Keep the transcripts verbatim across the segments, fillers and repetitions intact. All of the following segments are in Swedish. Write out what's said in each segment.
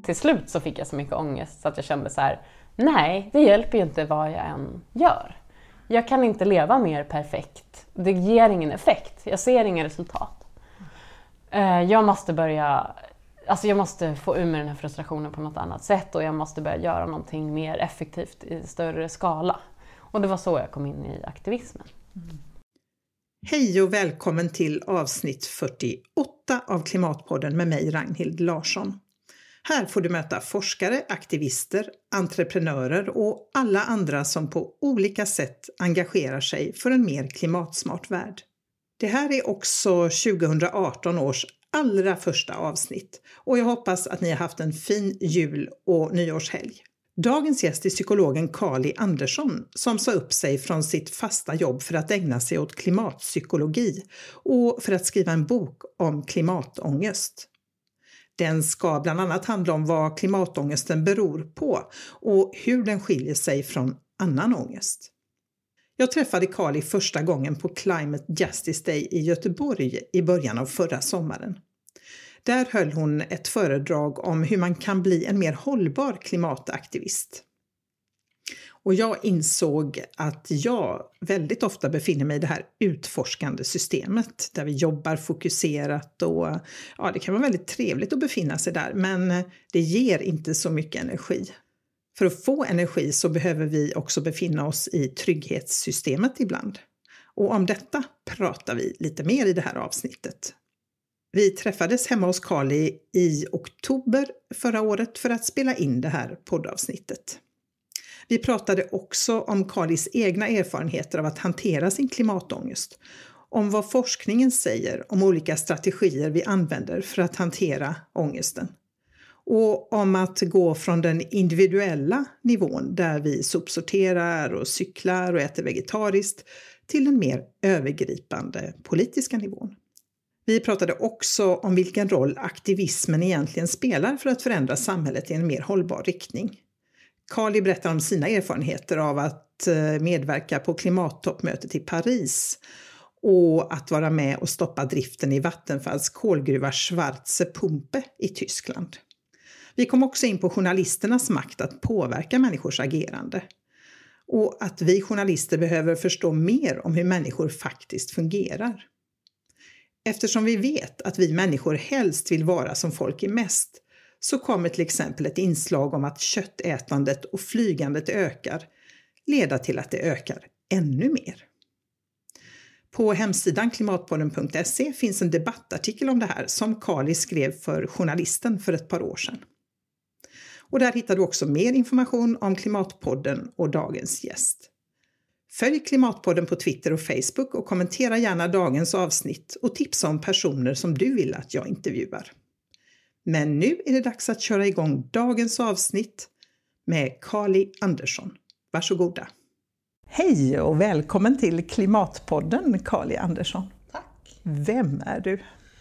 Till slut så fick jag så mycket ångest så att jag kände så här: nej, det hjälper ju inte vad jag än gör. Jag kan inte leva mer perfekt. Det ger ingen effekt. Jag ser inga resultat. Jag måste börja, alltså jag måste få ur mig den här frustrationen på något annat sätt. Och jag måste börja göra någonting mer effektivt i större skala. Och det var så jag kom in i aktivismen. Mm. Hej och välkommen till avsnitt fyrtioåtta av Klimatpodden med mig, Ragnhild Larsson. Här får du möta forskare, aktivister, entreprenörer och alla andra som på olika sätt engagerar sig för en mer klimatsmart värld. Det här är också tjugohundraarton års allra första avsnitt och jag hoppas att ni har haft en fin jul- och nyårshelg. Dagens gäst är psykologen Carly Andersson som sa upp sig från sitt fasta jobb för att ägna sig åt klimatpsykologi och för att skriva en bok om klimatångest. Den ska bland annat handla om vad klimatångesten beror på och hur den skiljer sig från annan ångest. Jag träffade Carly första gången på Climate Justice Day i Göteborg i början av förra sommaren. Där höll hon ett föredrag om hur man kan bli en mer hållbar klimataktivist. Och jag insåg att jag väldigt ofta befinner mig i det här utforskande systemet där vi jobbar fokuserat och ja, det kan vara väldigt trevligt att befinna sig där, men det ger inte så mycket energi. För att få energi så behöver vi också befinna oss i trygghetssystemet ibland. Och om detta pratar vi lite mer i det här avsnittet. Vi träffades hemma hos Carly i oktober förra året för att spela in det här poddavsnittet. Vi pratade också om Carlys egna erfarenheter av att hantera sin klimatångest, om vad forskningen säger om olika strategier vi använder för att hantera ångesten och om att gå från den individuella nivån där vi sopsorterar och cyklar och äter vegetariskt till den mer övergripande politiska nivån. Vi pratade också om vilken roll aktivismen egentligen spelar för att förändra samhället i en mer hållbar riktning. Carly berättar om sina erfarenheter av att medverka på klimattoppmötet i Paris och att vara med och stoppa driften i Vattenfalls kolgruva Schwarze Pumpe i Tyskland. Vi kom också in på journalisternas makt att påverka människors agerande och att vi journalister behöver förstå mer om hur människor faktiskt fungerar. Eftersom vi vet att vi människor helst vill vara som folk är mest, så kommer till exempel ett inslag om att köttätandet och flygandet ökar leda till att det ökar ännu mer. På hemsidan klimatpodden punkt se finns en debattartikel om det här som Carly skrev för Journalisten för ett par år sedan. Och där hittar du också mer information om Klimatpodden och dagens gäst. Följ Klimatpodden på Twitter och Facebook och kommentera gärna dagens avsnitt och tipsa om personer som du vill att jag intervjuar. Men nu är det dags att köra igång dagens avsnitt med Carly Andersson. Varsågoda. Hej och välkommen till Klimatpodden, Carly Andersson. Tack. Vem är du?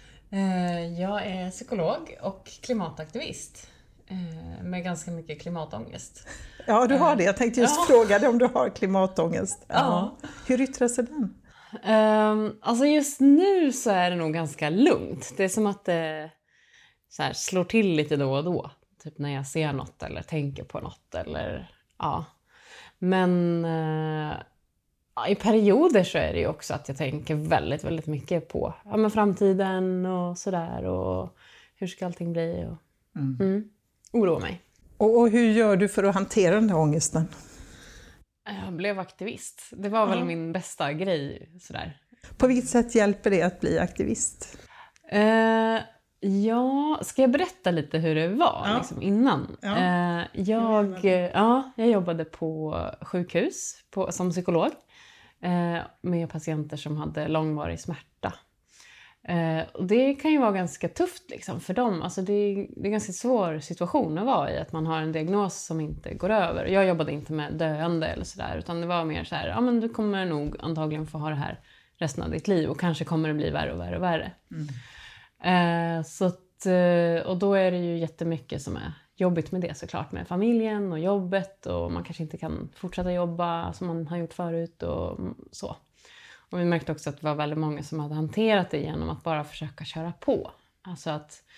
Jag är psykolog och klimataktivist med ganska mycket klimatångest. Ja, du har det. Jag tänkte just ja. fråga dig om du har klimatångest. Ja. Ja. Hur yttrar sig den? Um, alltså just nu så är det nog ganska lugnt. Det är som att det så här, slår till lite då och då. Typ när jag ser något eller tänker på något. Eller, ja. Men uh, i perioder så är det ju också att jag tänker väldigt, väldigt mycket på ja, men framtiden och sådär. Och hur ska allting bli? Och, mm. Mm, oroa mig. Och, och hur gör du för att hantera den här ångesten? Jag blev aktivist. Det var väl ja. min bästa grej. Sådär. På vilket sätt hjälper det att bli aktivist? Uh, ja, ska jag berätta lite hur det var ja. liksom, innan? Ja. Uh, jag, ja, jag jobbade på sjukhus på, som psykolog uh, med patienter som hade långvarig smärta. Uh, och det kan ju vara ganska tufft liksom, för dem. Alltså det, är, det är en ganska svår situation att vara i. Att man har en diagnos som inte går över. Jag jobbade inte med döende eller sådär. Utan det var mer så här, ja men du kommer nog antagligen få ha det här resten av ditt liv. Och kanske kommer det bli värre och värre och värre. Mm. Uh, så att, uh, och då är det ju jättemycket som är jobbigt med det såklart. Med familjen och jobbet. Och man kanske inte kan fortsätta jobba som man har gjort förut och så. Och vi märkte också att det var väldigt många som hade hanterat det genom att bara försöka köra på. Alltså att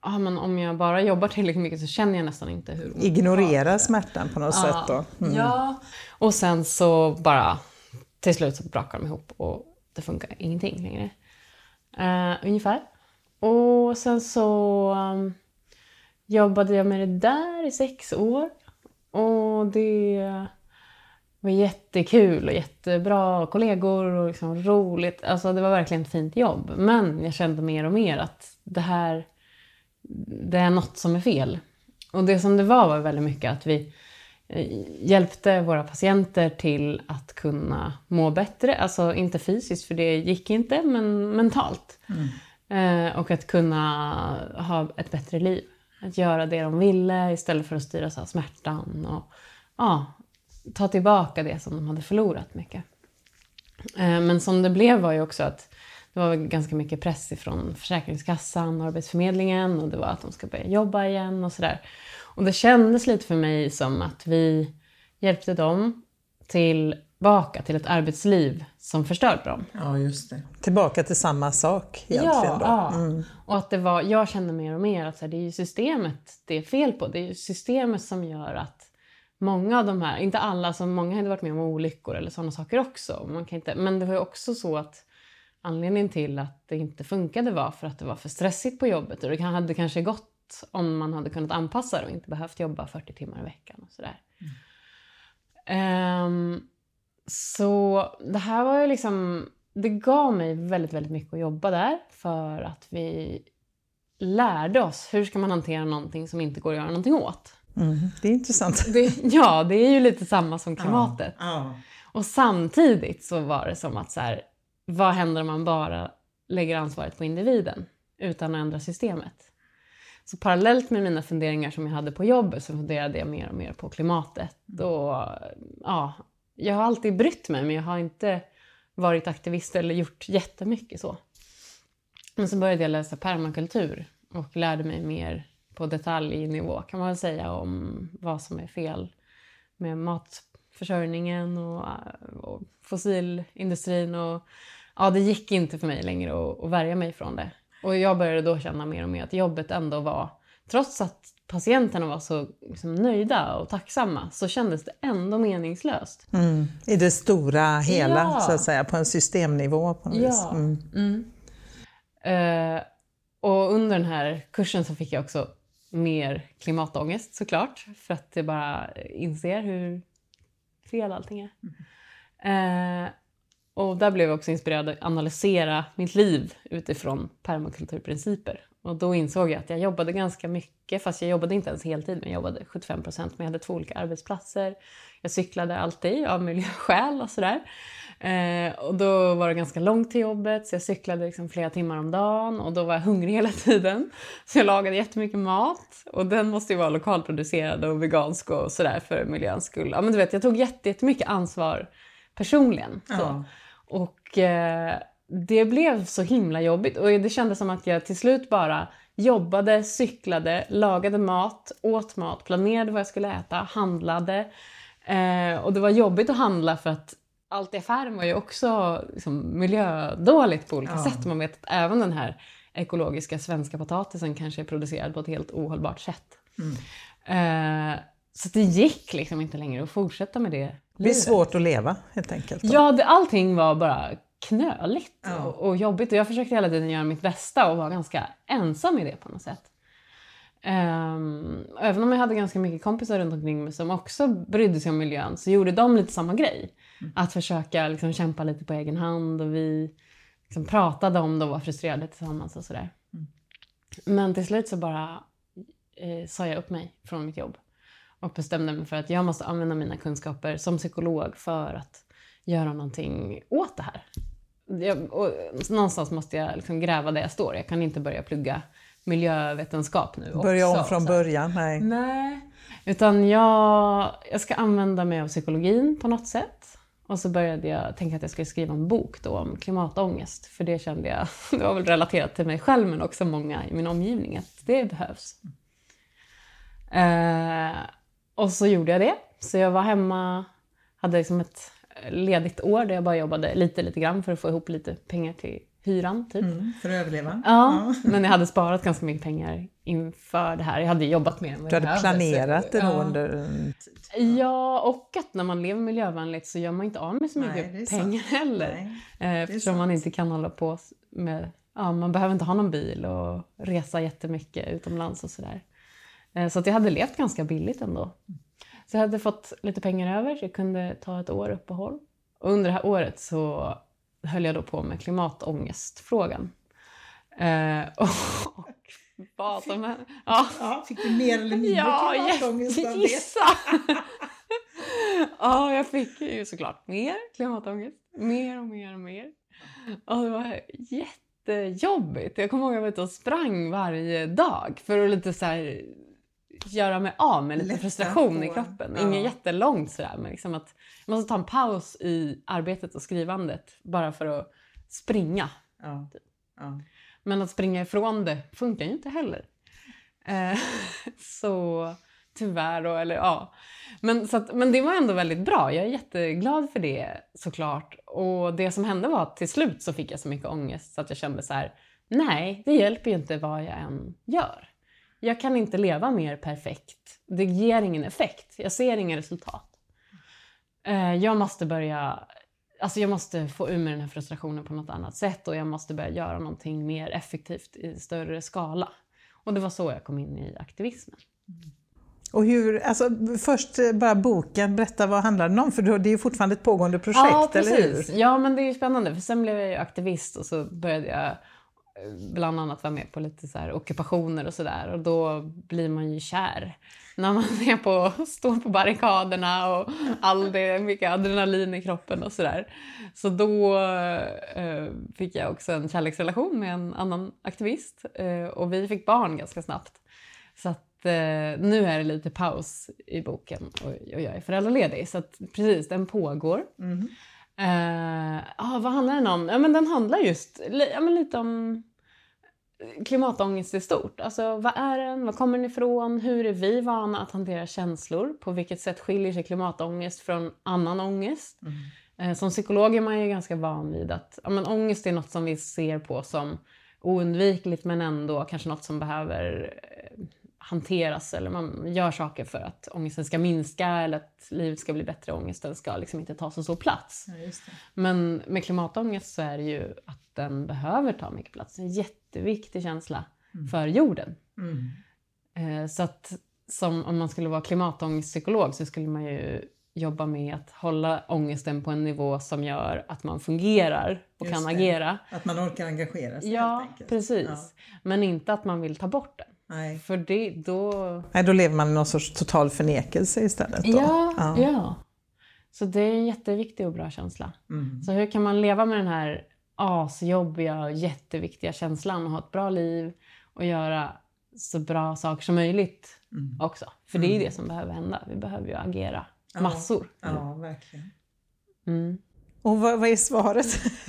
ah, men om jag bara jobbar tillräckligt mycket så känner jag nästan inte hur... Ignorera smärtan på något ja, sätt då. Mm. Ja, och sen så bara till slut så brakar de ihop och det funkar ingenting längre. Uh, ungefär. Och sen så um, jobbade jag med det där i sex år. Och det var jättekul och jättebra kollegor och liksom roligt. Alltså det var verkligen ett fint jobb. Men jag kände mer och mer att det här, det är något som är fel. Och det som det var var väldigt mycket att vi hjälpte våra patienter till att kunna må bättre. Alltså inte fysiskt, för det gick inte, men mentalt. Mm. Eh, och att kunna ha ett bättre liv. Att göra det de ville istället för att styras av smärtan. Och ja, ta tillbaka det som de hade förlorat mycket. Eh, men som det blev var ju också att det var ganska mycket press ifrån Försäkringskassan och Arbetsförmedlingen. Och det var att de ska börja jobba igen och sådär. Och det kändes lite för mig som att vi hjälpte dem tillbaka till ett arbetsliv som förstörde dem. Ja, just det. Tillbaka till samma sak egentligen ja, då. Ja, mm. och att det var, jag kände mer och mer att så här, det är ju systemet det är fel på. Det är ju systemet som gör att många av de här, inte alla, som många hade varit med om olyckor eller sådana saker också. Man kan inte, men det var ju också så att anledningen till att det inte funkade var för att det var för stressigt på jobbet. Och det hade kanske gått om man hade kunnat anpassa det och inte behövt jobba fyrtio timmar i veckan och sådär. Mm. Um, så det här var ju liksom, det gav mig väldigt, väldigt mycket att jobba där för att vi lärde oss hur ska man hantera någonting som inte går att göra någonting åt. Mm, det är intressant. Det, ja, det är ju lite samma som klimatet. Ja, ja. Och samtidigt så var det som att så här, vad händer om man bara lägger ansvaret på individen utan att ändra systemet? Så parallellt med mina funderingar som jag hade på jobbet så funderade jag mer och mer på klimatet. Och, ja, jag har alltid brytt mig, men jag har inte varit aktivist eller gjort jättemycket så. Men så började jag läsa permakultur och lärde mig mer på detaljnivå kan man väl säga om vad som är fel med matförsörjningen och, och fossilindustrin. Och, ja, det gick inte för mig längre att, att värja mig från det. Och jag började då känna mer och mer att jobbet ändå var, trots att patienterna var så liksom nöjda och tacksamma, så kändes det ändå meningslöst. Mm. I det stora hela, ja. så att säga, på en systemnivå på något ja. vis. Mm. Mm. Uh, och under den här kursen så fick jag också mer klimatångest såklart, för att jag bara inser hur fel allting är. Mm. Uh, Och där blev jag också inspirerad att analysera mitt liv utifrån permakulturprinciper. Och då insåg jag att jag jobbade ganska mycket, fast jag jobbade inte ens heltid, men jag jobbade sjuttiofem procent. Men jag hade två olika arbetsplatser. Jag cyklade alltid av miljöskäl och sådär. Eh, och då var det ganska långt till jobbet, så jag cyklade liksom flera timmar om dagen. Och då var jag hungrig hela tiden. Så jag lagade jättemycket mat. Och den måste ju vara lokalproducerad och vegansk och sådär för miljöns skull. Ja, men du vet, jag tog jättemycket ansvar personligen. Så. Ja. Och eh, det blev så himla jobbigt. Och det kändes som att jag till slut bara jobbade, cyklade, lagade mat, åt mat, planerade vad jag skulle äta, handlade. Eh, och det var jobbigt att handla för att allt i affären var ju också liksom, miljödåligt på olika ja. sätt. Man vet att även den här ekologiska svenska potatisen kanske är producerad på ett helt ohållbart sätt. Mm. Eh, så det gick liksom inte längre att fortsätta med det. Det är svårt att leva helt enkelt. Då. Ja, det, allting var bara knöligt ja. och, och jobbigt. Och jag försökte hela tiden göra mitt bästa och var ganska ensam i det på något sätt. Um, även om jag hade ganska mycket kompisar runt omkring mig som också brydde sig om miljön, så gjorde de lite samma grej. Mm. Att försöka liksom, kämpa lite på egen hand, och vi liksom, pratade om det och var frustrerade tillsammans och sådär. Mm. Men till slut så bara eh, sa jag upp mig från mitt jobb. Och bestämde mig för att jag måste använda mina kunskaper som psykolog för att göra någonting åt det här. Jag, och någonstans måste jag liksom gräva där jag står. Jag kan inte börja plugga miljövetenskap nu. Börja också, om från början, nej. Nej. Utan jag, jag ska använda mig av psykologin på något sätt. Och så började jag tänka att jag skulle skriva en bok då om klimatångest. För det kände jag, det var väl relaterat till mig själv men också många i min omgivning, att det behövs. Eh, och så gjorde jag det. Så jag var hemma, hade liksom ett ledigt år där jag bara jobbade lite, lite grann för att få ihop lite pengar till hyran typ. Mm, för att överleva. Ja, ja, men jag hade sparat ganska mycket pengar inför det här. Jag hade jobbat med det. Du hade planerat det då ja. under en tid. Ja. ja, och att när man lever miljövänligt så gör man inte av med så mycket Nej, pengar sant. heller. Nej, eftersom man inte kan hålla på med... Ja, man behöver inte ha någon bil och resa jättemycket utomlands och sådär. Så att jag hade levt ganska billigt ändå. Så jag hade fått lite pengar över så jag kunde ta ett år uppehåll. Och under det här året så höll jag då på med klimatångestfrågan. Eh, och, och vad som är, ja. ja, fick du mer eller mindre ja, klimatångest jag, av det? gissa. Ja, jag fick ju såklart mer klimatångest. Mer och mer och mer. Och det var jättejobbigt. Jag kommer ihåg att jag var ute och sprang varje dag för att lite så här... göra mig av med lite Lätta frustration på. i kroppen. Ja. Inget jättelångt sådär. Men liksom att jag måste ta en paus i arbetet och skrivandet. Bara för att springa. Ja. Ja. Men att springa ifrån det funkar ju inte heller. Eh, så tyvärr då. Eller, ja. men, så att, men det var ändå väldigt bra. Jag är jätteglad för det såklart. Och det som hände var att till slut så fick jag så mycket ångest. Så att jag kände så här. Nej, det hjälper ju inte vad jag än gör. Jag kan inte leva mer perfekt. Det ger ingen effekt. Jag ser inga resultat. Jag måste börja... Alltså jag måste få ur mig den här frustrationen på något annat sätt. Och jag måste börja göra någonting mer effektivt i större skala. Och det var så jag kom in i aktivismen. Och hur, alltså först bara boken, berätta vad handlar den om? För det är ju fortfarande ett pågående projekt, ja, eller hur? Ja, men det är ju spännande. För sen blev jag ju aktivist och så började jag... bland annat vara med på lite så här ockupationer och sådär. Och då blir man ju kär. När man är på, står på barrikaderna och all det mycket adrenalin i kroppen och sådär. Så då eh, fick jag också en kärleksrelation med en annan aktivist. Eh, och vi fick barn ganska snabbt. Så att eh, nu är det lite paus i boken och, och jag är föräldraledig. Så att precis, den pågår. Mm. Eh, ah, vad handlar den om? Ja, men den handlar just ja, men lite om klimatångest i stort. Alltså, vad är den? Vad kommer den ifrån? Hur är vi vana att hantera känslor? På vilket sätt skiljer sig klimatångest från annan ångest? Mm. Eh, som psykolog är man ju ganska van vid att ja, men ångest är något som vi ser på som oundvikligt men ändå kanske något som behöver eh, hanteras, eller man gör saker för att ångesten ska minska eller att livet ska bli bättre. Ångesten ska liksom inte ta så stor plats. Ja, just det. Men med klimatångest så är det ju att den behöver ta mycket plats. En jätteviktig känsla mm. för jorden. Mm. Så att som om man skulle vara klimatångestpsykolog så skulle man ju jobba med att hålla ångesten på en nivå som gör att man fungerar och just kan det. agera. Att man orkar engagera sig. Ja, helt enkelt. precis. Ja. Men inte att man vill ta bort den. Nej. För det, då... Nej, då lever man i någon sorts total förnekelse istället. Då. Ja, ja, ja. Så det är en jätteviktig och bra känsla. Mm. Så hur kan man leva med den här asjobbiga och jätteviktiga känslan och ha ett bra liv och göra så bra saker som möjligt mm. också. För det är ju det som behöver hända. Vi behöver ju agera massor. Ja, ja verkligen. Mm. Och vad, vad är svaret?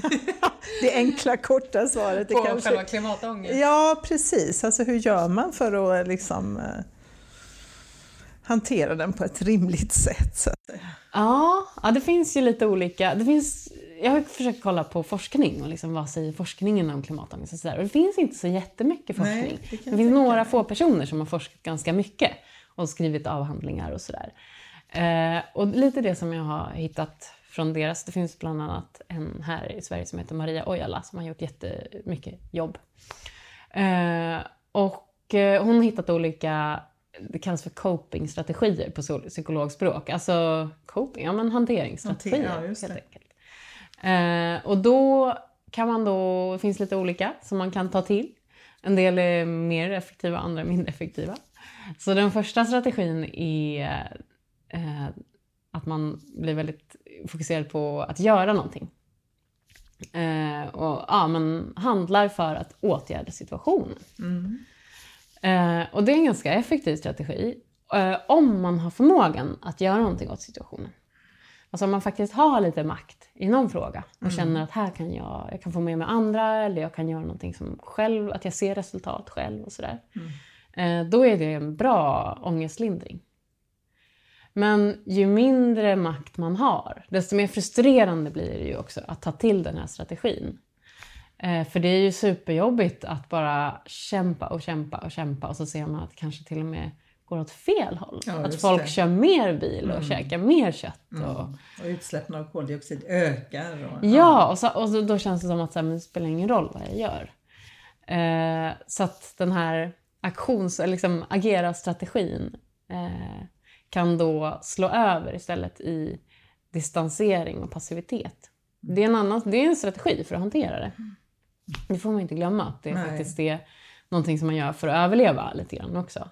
Det enkla, korta svaret. På kanske... själva klimatångest? Ja, precis. Alltså hur gör man för att liksom, eh, hantera den på ett rimligt sätt? Så att... ja, ja, det finns ju lite olika... Det finns... Jag har försökt kolla på forskning och liksom, vad säger forskningen om klimatångest och sådär. Och det finns inte så jättemycket forskning. Nej, det, det finns några få personer som har forskat ganska mycket och skrivit avhandlingar och sådär. Eh, och lite det som jag har hittat från deras, det finns bland annat en här i Sverige som heter Maria Ojala som har gjort jättemycket jobb. Eh, och eh, hon har hittat olika, det kallas för coping-strategier på psykologspråk. Alltså coping, ja men hanteringsstrategier ja, just det. helt enkelt. Eh, och då kan man då, det finns lite olika som man kan ta till. En del är mer effektiva, andra mindre effektiva. Så den första strategin är eh, att man blir väldigt fokuserad på att göra någonting. Eh, och ja, man handlar för att åtgärda situationen. Mm. Eh, och det är en ganska effektiv strategi. Eh, om man har förmågan att göra någonting åt situationen. Alltså om man faktiskt har lite makt i någon fråga. Och mm. känner att här kan jag, jag kan få med mig andra. Eller jag kan göra någonting som själv, att jag ser resultat själv och sådär. Mm. Eh, då är det en bra ångestlindring. Men ju mindre makt man har, desto mer frustrerande blir det ju också att ta till den här strategin. Eh, för det är ju superjobbigt att bara kämpa och kämpa och kämpa och så ser man att det kanske till och med går åt fel håll. Ja, att folk det. kör mer bil och mm. käkar mer kött. Och, mm. och utsläppen av koldioxid ökar. Och, ja, ja, och, så, och så, då känns det som att så här, men det spelar ingen roll vad jag gör. Eh, så att den här aktions, liksom, agera-strategin eh, kan då slå över istället i distansering och passivitet. Det är en, annan, det är en strategi för att hantera det. Det får man inte glömma. Att det är Nej. faktiskt det, någonting som man gör för att överleva lite grann också.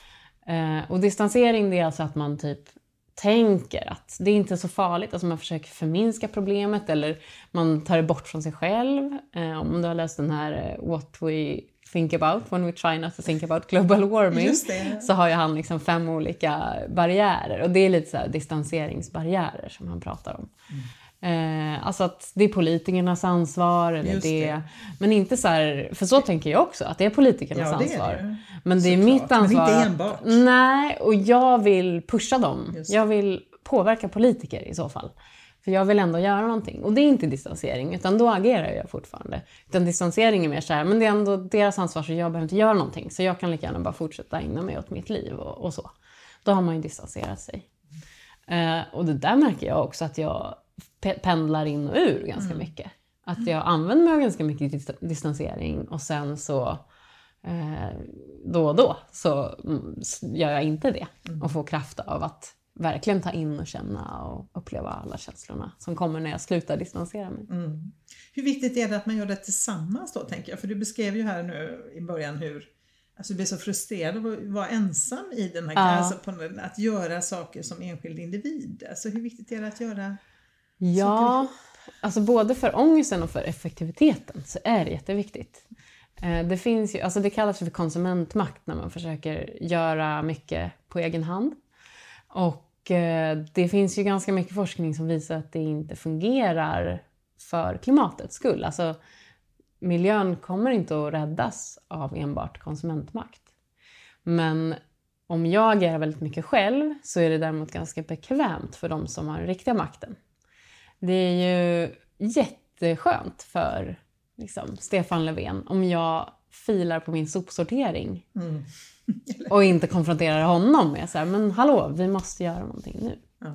Eh, och distansering, det är alltså att man typ tänker att det är inte så farligt. Alltså man försöker förminska problemet eller man tar det bort från sig själv. Eh, om du har läst den här uh, What We Think About When We Try Not To Think About Global Warming, så har ju han liksom fem olika barriärer. Och det är lite så här distanseringsbarriärer som han pratar om. Mm. Eh, alltså att det är politikernas ansvar eller det. det men inte så här, för så tänker jag också att det är politikernas ja, det ansvar är det. Men det är så mitt klart. ansvar. Men inte enbart. Att, nej, och jag vill pusha dem. Jag vill påverka politiker i så fall. För jag vill ändå göra någonting. Och det är inte distansering, utan då agerar jag fortfarande. Utan distansering är mer så här, men det är ändå deras ansvar så jag behöver inte göra någonting. Så jag kan lika gärna bara fortsätta ägna mig åt mitt liv och, och så. Då har man ju distanserat sig. Eh, och det där märker jag också att jag pendlar in och ur ganska mm. mycket. Att jag använder mig av ganska mycket dist- distansering och sen så eh, då och då så mm, gör jag inte det. Mm. Och får kraft av att verkligen ta in och känna och uppleva alla känslorna som kommer när jag slutar distansera mig. Mm. Hur viktigt är det att man gör det tillsammans då, tänker jag? För du beskrev ju här nu i början hur alltså du blir så frustrerad av att vara ensam i den här ja. alltså på, att göra saker som enskild individ. Alltså hur viktigt är det att göra Ja, alltså både för ångesten och för effektiviteten så är det jätteviktigt. Det finns ju, alltså det kallas för konsumentmakt när man försöker göra mycket på egen hand. Och det finns ju ganska mycket forskning som visar att det inte fungerar för klimatets skull. Alltså miljön kommer inte att räddas av enbart konsumentmakt. Men om jag agerar väldigt mycket själv så är det däremot ganska bekvämt för de som har den riktiga makten. Det är ju jätteskönt för liksom, Stefan Löfven om jag filar på min sopsortering mm. och inte konfronterar honom med så här, men hallå, vi måste göra någonting nu. Ja.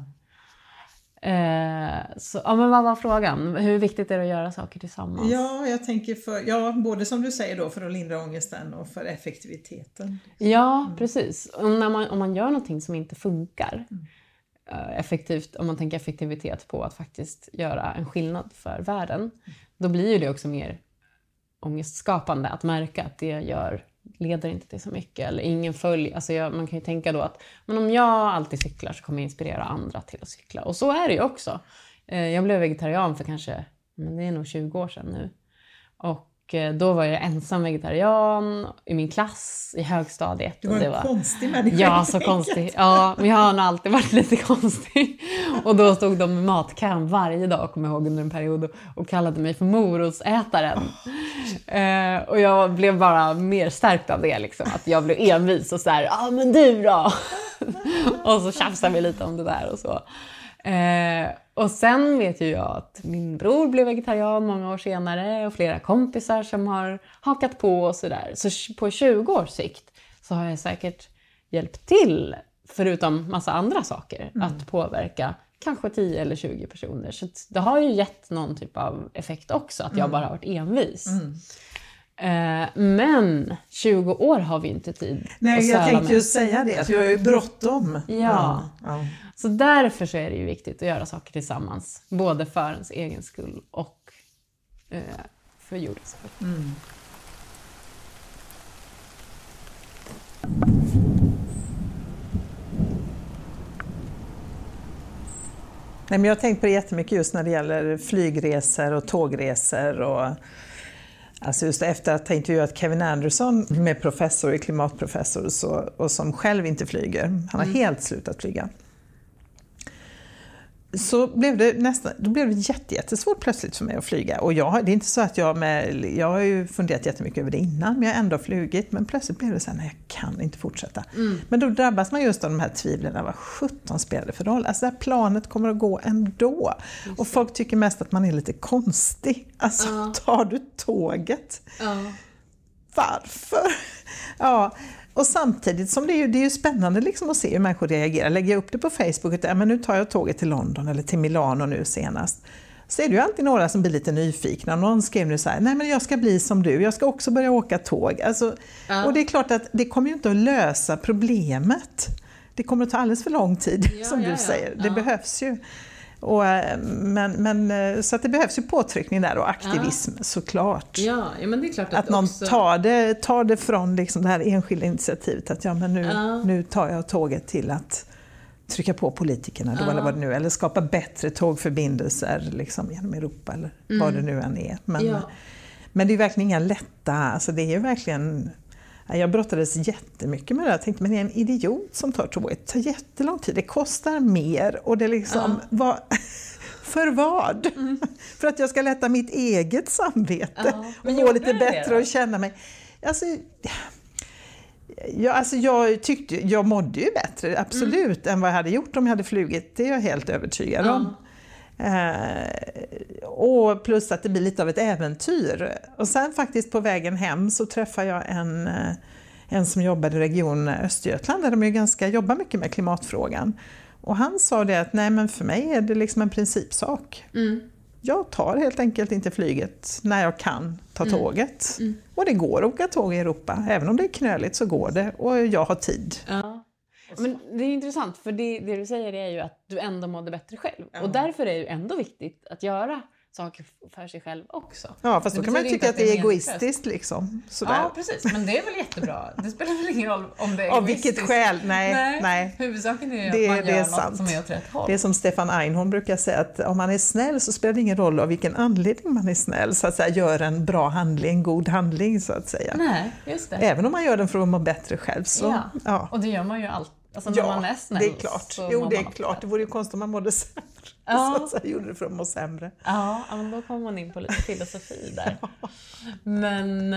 Eh, så, ja, men vad var frågan? Hur viktigt är det att göra saker tillsammans? Ja, jag tänker för, ja, både som du säger då för att lindra ångesten och för effektiviteten. Ja, mm. precis. Och när man, om man gör någonting som inte funkar mm. effektivt, om man tänker effektivitet på att faktiskt göra en skillnad för världen, mm. då blir ju det också mer ångestskapande att märka att det gör leder inte till så mycket eller ingen följ. Alltså jag, man kan ju tänka då att men om jag alltid cyklar så kommer jag inspirera andra till att cykla. Och så är det ju också. Jag blev vegetarian för kanske, men det är nog tjugo år sedan nu. Och då var jag ensam vegetarian i min klass i högstadiet. Du var en det var, konstig människa. Ja, så konstig. Ja, men jag har nog alltid varit lite konstig. Och då stod de med matkön varje dag, kommer jag ihåg, under en period och, och kallade mig för morotsätaren. Oh. Eh, och jag blev bara mer stärkt av det, liksom. Att jag blev envis och så här, ja ah, men du då? Och så tjafsade vi lite om det där och så. Eh, och sen vet ju jag att min bror blev vegetarian många år senare och flera kompisar som har hakat på och sådär. Så på tjugo års sikt så har jag säkert hjälpt till, förutom massa andra saker, mm. att påverka kanske tio eller tjugo personer. Så det har ju gett någon typ av effekt också, att jag mm. bara har varit envis. Mm. Eh, men tjugo år har vi inte tid. Nej, jag tänkte ju säga det, att jag är bråttom. Ja. Ja. Ja. Så därför så är det ju viktigt att göra saker tillsammans. Både för ens egen skull och eh, för jordens skull. Mm. Nej, men jag har tänkt på det jättemycket just när det gäller flygresor och tågresor. Och, alltså just efter att ha intervjuat Kevin Anderson med professor i klimatprofessor så, och som själv inte flyger. Han har mm. helt slutat flyga. så blev det nästan, då blev det jätte, jättesvårt plötsligt för mig att flyga. Och jag, det är inte så att jag med, jag har ju funderat jättemycket över det innan, men jag har ändå flugit. Men plötsligt blev det så här, nej jag kan inte fortsätta. Mm. Men då drabbas man just av de här tvivlen, vad sjutton spelade för roll. Alltså det här planet kommer att gå ändå. Just och folk tycker mest att man är lite konstig. Alltså uh. tar du tåget? Uh. Varför? Ja. Och samtidigt som det är ju, det är ju spännande liksom att se hur människor reagerar. Lägger jag upp det på Facebook att ja, men nu tar jag tåget till London eller till Milano nu senast. Så är det ju alltid några som blir lite nyfikna. Någon skrev nu så här, nej men jag ska bli som du, jag ska också börja åka tåg. Alltså, ja. Och det är klart att det kommer ju inte att lösa problemet. Det kommer att ta alldeles för lång tid ja, som ja, du ja. säger. Det ja. behövs ju. Och, men, men, så att det behövs ju påtryckning där och aktivism ja. såklart. Ja, ja, men det är klart att, att någon också... tar, det, tar det från liksom det här enskilda initiativet att ja, men nu, ja. nu tar jag tåget till att trycka på politikerna då, ja. eller vad det nu eller skapa bättre tågförbindelser liksom, genom Europa eller mm. vad det nu än är. Men, ja. men det är verkligen inga lätta, alltså det är verkligen... Jag brottades jättemycket med det. Jag tänkte, men det är en idiot som tar tåget. Det tar jättelång tid. Det kostar mer. Och det liksom ja. var... För vad? Mm. För att jag ska lätta mitt eget samvete. Ja. Och gå lite bättre och känna mig... Alltså, ja, alltså jag tyckte... Jag mådde ju bättre, absolut, mm. än vad jag hade gjort om jag hade flugit. Det är jag helt övertygad ja. om. Eh, och plus att det blir lite av ett äventyr. Och sen faktiskt på vägen hem så träffar jag en, en som jobbar i region Östergötland där de är ganska, jobbar mycket med klimatfrågan. Och han sa det att nej men för mig är det liksom en principsak. Mm. Jag tar helt enkelt inte flyget när jag kan ta mm. tåget. Mm. Och det går att åka tåg i Europa. Även om det är knöligt så går det och jag har tid. Ja. Men det är intressant för det, det du säger är ju att du ändå mådde bättre själv. Ja. Och därför är det ju ändå viktigt att göra saker för sig själv också. Ja, fast då kan man ju tycka att det är egoistiskt liksom. Sådär. Ja, precis. Men det är väl jättebra. Det spelar väl ingen roll om det är av vilket skäl? Nej, nej. nej. Huvudsaken är ju det, att man gör något sant. som är åt rätt håll. Det är som Stefan Einhorn brukar säga att om man är snäll så spelar det ingen roll av vilken anledning man är snäll. Så att säga, gör en bra handling, en god handling så att säga. Nej, just det. Även om man gör den för att må bättre själv. Så, ja. ja, och det gör man ju alltid. Alltså när ja, man är snäll, det är klart. Jo, det är klart. Det vore ju konstigt om man mådde sämre. Ja. Så att säga, gjorde det för att må sämre. Ja, men då kommer man in på lite filosofi där. Men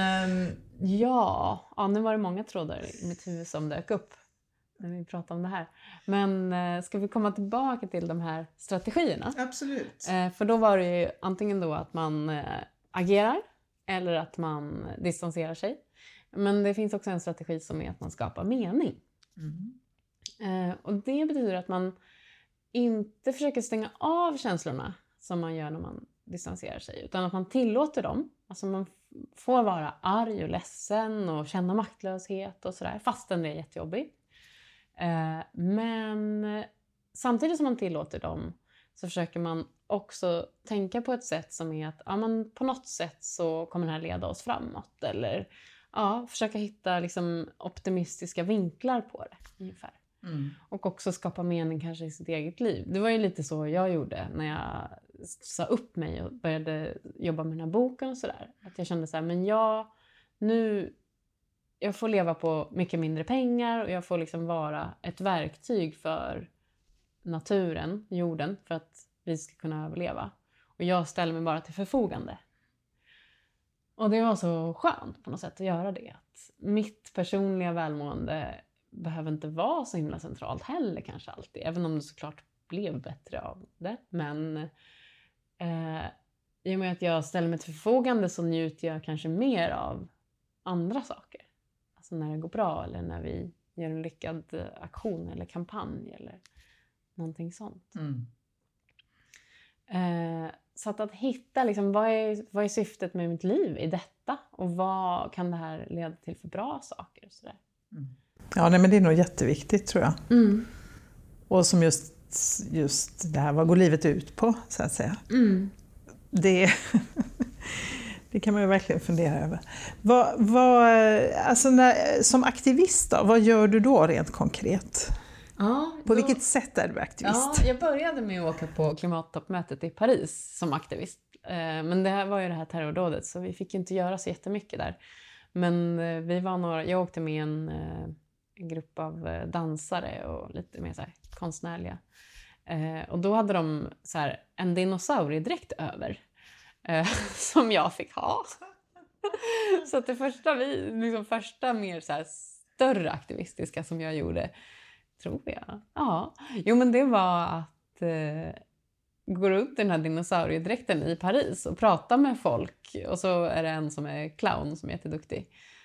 ja, ja, nu var det många trådar i mitt huvud som dök upp när vi pratade om det här. Men ska vi komma tillbaka till de här strategierna? Absolut. För då var det ju antingen då att man agerar eller att man distanserar sig. Men det finns också en strategi som är att man skapar mening. Mm. Eh, och det betyder att man inte försöker stänga av känslorna som man gör när man distanserar sig. Utan att man tillåter dem. Alltså man f- får vara arg och ledsen och känna maktlöshet och sådär. Fastän det är jättejobbigt. Eh, men samtidigt som man tillåter dem så försöker man också tänka på ett sätt som är att ja, man på något sätt så kommer det här leda oss framåt. Eller ja, försöka hitta liksom optimistiska vinklar på det ungefär. Mm. Och också skapa mening kanske i sitt eget liv. Det var ju lite så jag gjorde när jag sa upp mig och började jobba med den här boken och sådär. Att jag kände så här, men jag nu jag får leva på mycket mindre pengar och jag får liksom vara ett verktyg för naturen, jorden, för att vi ska kunna överleva. Och jag ställer mig bara till förfogande. Och det var så skönt på något sätt att göra det. Att mitt personliga välmående behöver inte vara så himla centralt heller kanske alltid. Även om det såklart blev bättre av det. Men eh, i och med att jag ställer mig till förfogande så njuter jag kanske mer av andra saker. Alltså när det går bra eller när vi gör en lyckad aktion eller kampanj eller någonting sånt. Mm. Eh, så att, att hitta liksom, vad, är, vad är syftet med mitt liv i detta? Och vad kan det här leda till för bra saker? Och sådär. Mm. Ja, nej, men det är nog jätteviktigt tror jag. Mm. Och som just, just det här, vad går livet ut på så att säga. Mm. Det, det kan man ju verkligen fundera över. Vad, vad, alltså när, som aktivist då, vad gör du då rent konkret? Ja, på då, vilket sätt är du aktivist? Ja, jag började med att åka på klimattoppmötet i Paris som aktivist. Men det här var ju det här terrordådet så vi fick ju inte göra så jättemycket där. Men vi var några, jag åkte med en, en grupp av dansare och lite mer så här konstnärliga Eh, och då hade de så här, en dinosauriedräkt över. Eh, som jag fick ha. Så att det första, vi, liksom första mer så här större aktivistiska som jag gjorde, tror jag. Ja. Jo, men det var att eh, gå runt i den här dinosauriedräkten i Paris och prata med folk. Och så är det en som är clown som är jätteduktig.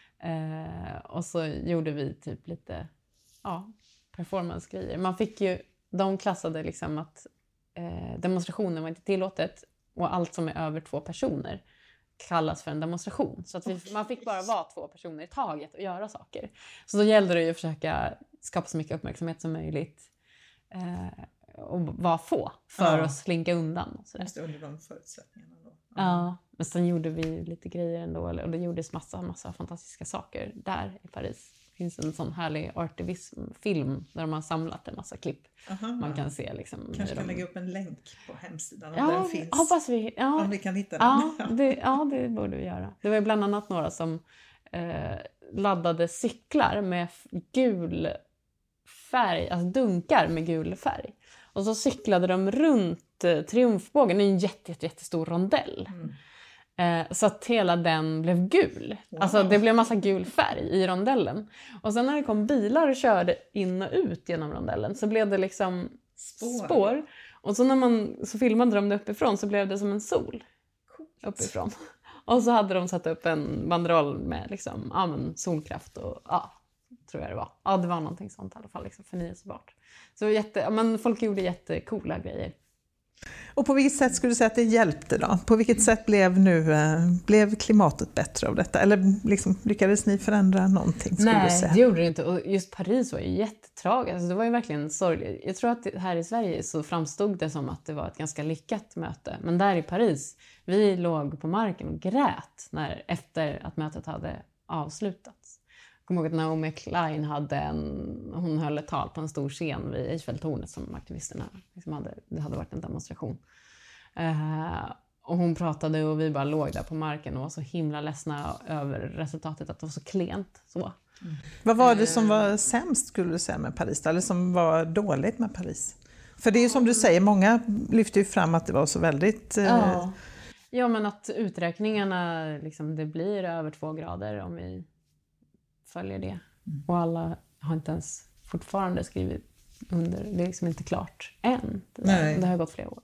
Eh, och så gjorde vi typ lite ja, performance-grejer. Man fick ju, de klassade liksom att eh, demonstrationen var inte tillåtet. Och allt som är över två personer kallas för en demonstration. Så att vi, man fick bara vara två personer i taget och göra saker. Så då gällde det ju att försöka skapa så mycket uppmärksamhet som möjligt. Eh, och vara få för ja. att slinka undan. Och så Just under de förutsättningarna då. Ja. ja, men sen gjorde vi lite grejer ändå. Och det gjordes massa, massa fantastiska saker där i Paris. Det finns en sån härlig artivism-film där de har samlat en massa klipp. Aha. Man kan se liksom... Kanske de... kan lägga upp en länk på hemsidan om ja, den finns. Hoppas vi. Ja, om vi kan hitta den. Ja det, ja, det borde vi göra. Det var bland annat några som eh, laddade cyklar med gul färg, alltså dunkar med gul färg. Och så cyklade de runt eh, Triumfbågen, det är en jätte, jätte, jättestor rondell. Mm. Eh, så att hela den blev gul. Wow. Alltså det blev massa gul färg i rondellen. Och sen när det kom bilar och körde in och ut genom rondellen så blev det liksom spår. spår. Och så när man så filmade de det uppifrån så blev det som en sol. Coolt. Uppifrån. Och så hade de satt upp en banderoll med liksom, ja, men solkraft och ja, tror jag det var. Ja, det var någonting sånt i alla fall, liksom förnyelsebart. Så jätte, ja, men folk gjorde jättecoola grejer. Och på vilket sätt skulle du säga att det hjälpte då? På vilket sätt blev nu blev klimatet bättre av detta? Eller liksom, lyckades ni förändra någonting? Skulle Nej, du säga? Det gjorde det inte. Och just Paris var ju jättetragiskt. Alltså, det var ju verkligen sorgligt. Jag tror att här i Sverige så framstod det som att det var ett ganska lyckat möte. Men där i Paris, vi låg på marken och grät när, efter att mötet hade avslutats. Jag kommer ihåg att Naomi Klein hade en, hon höll ett tal på en stor scen vid Eiffeltornet som aktivisterna liksom hade, det hade varit en demonstration. Uh, och hon pratade och vi bara låg där på marken och var så himla ledsna över resultatet, att det var så klent. Så. Mm. Vad var det som var sämst skulle du säga med Paris? Eller som var dåligt med Paris? För det är ju som du säger, många lyfter ju fram att det var så väldigt... Uh... Ja. ja, men att uträkningarna, liksom, det blir över två grader om vi följer det. Mm. Och alla har inte ens fortfarande skrivit under. Det är liksom inte klart än. Det, där, det har gått flera år.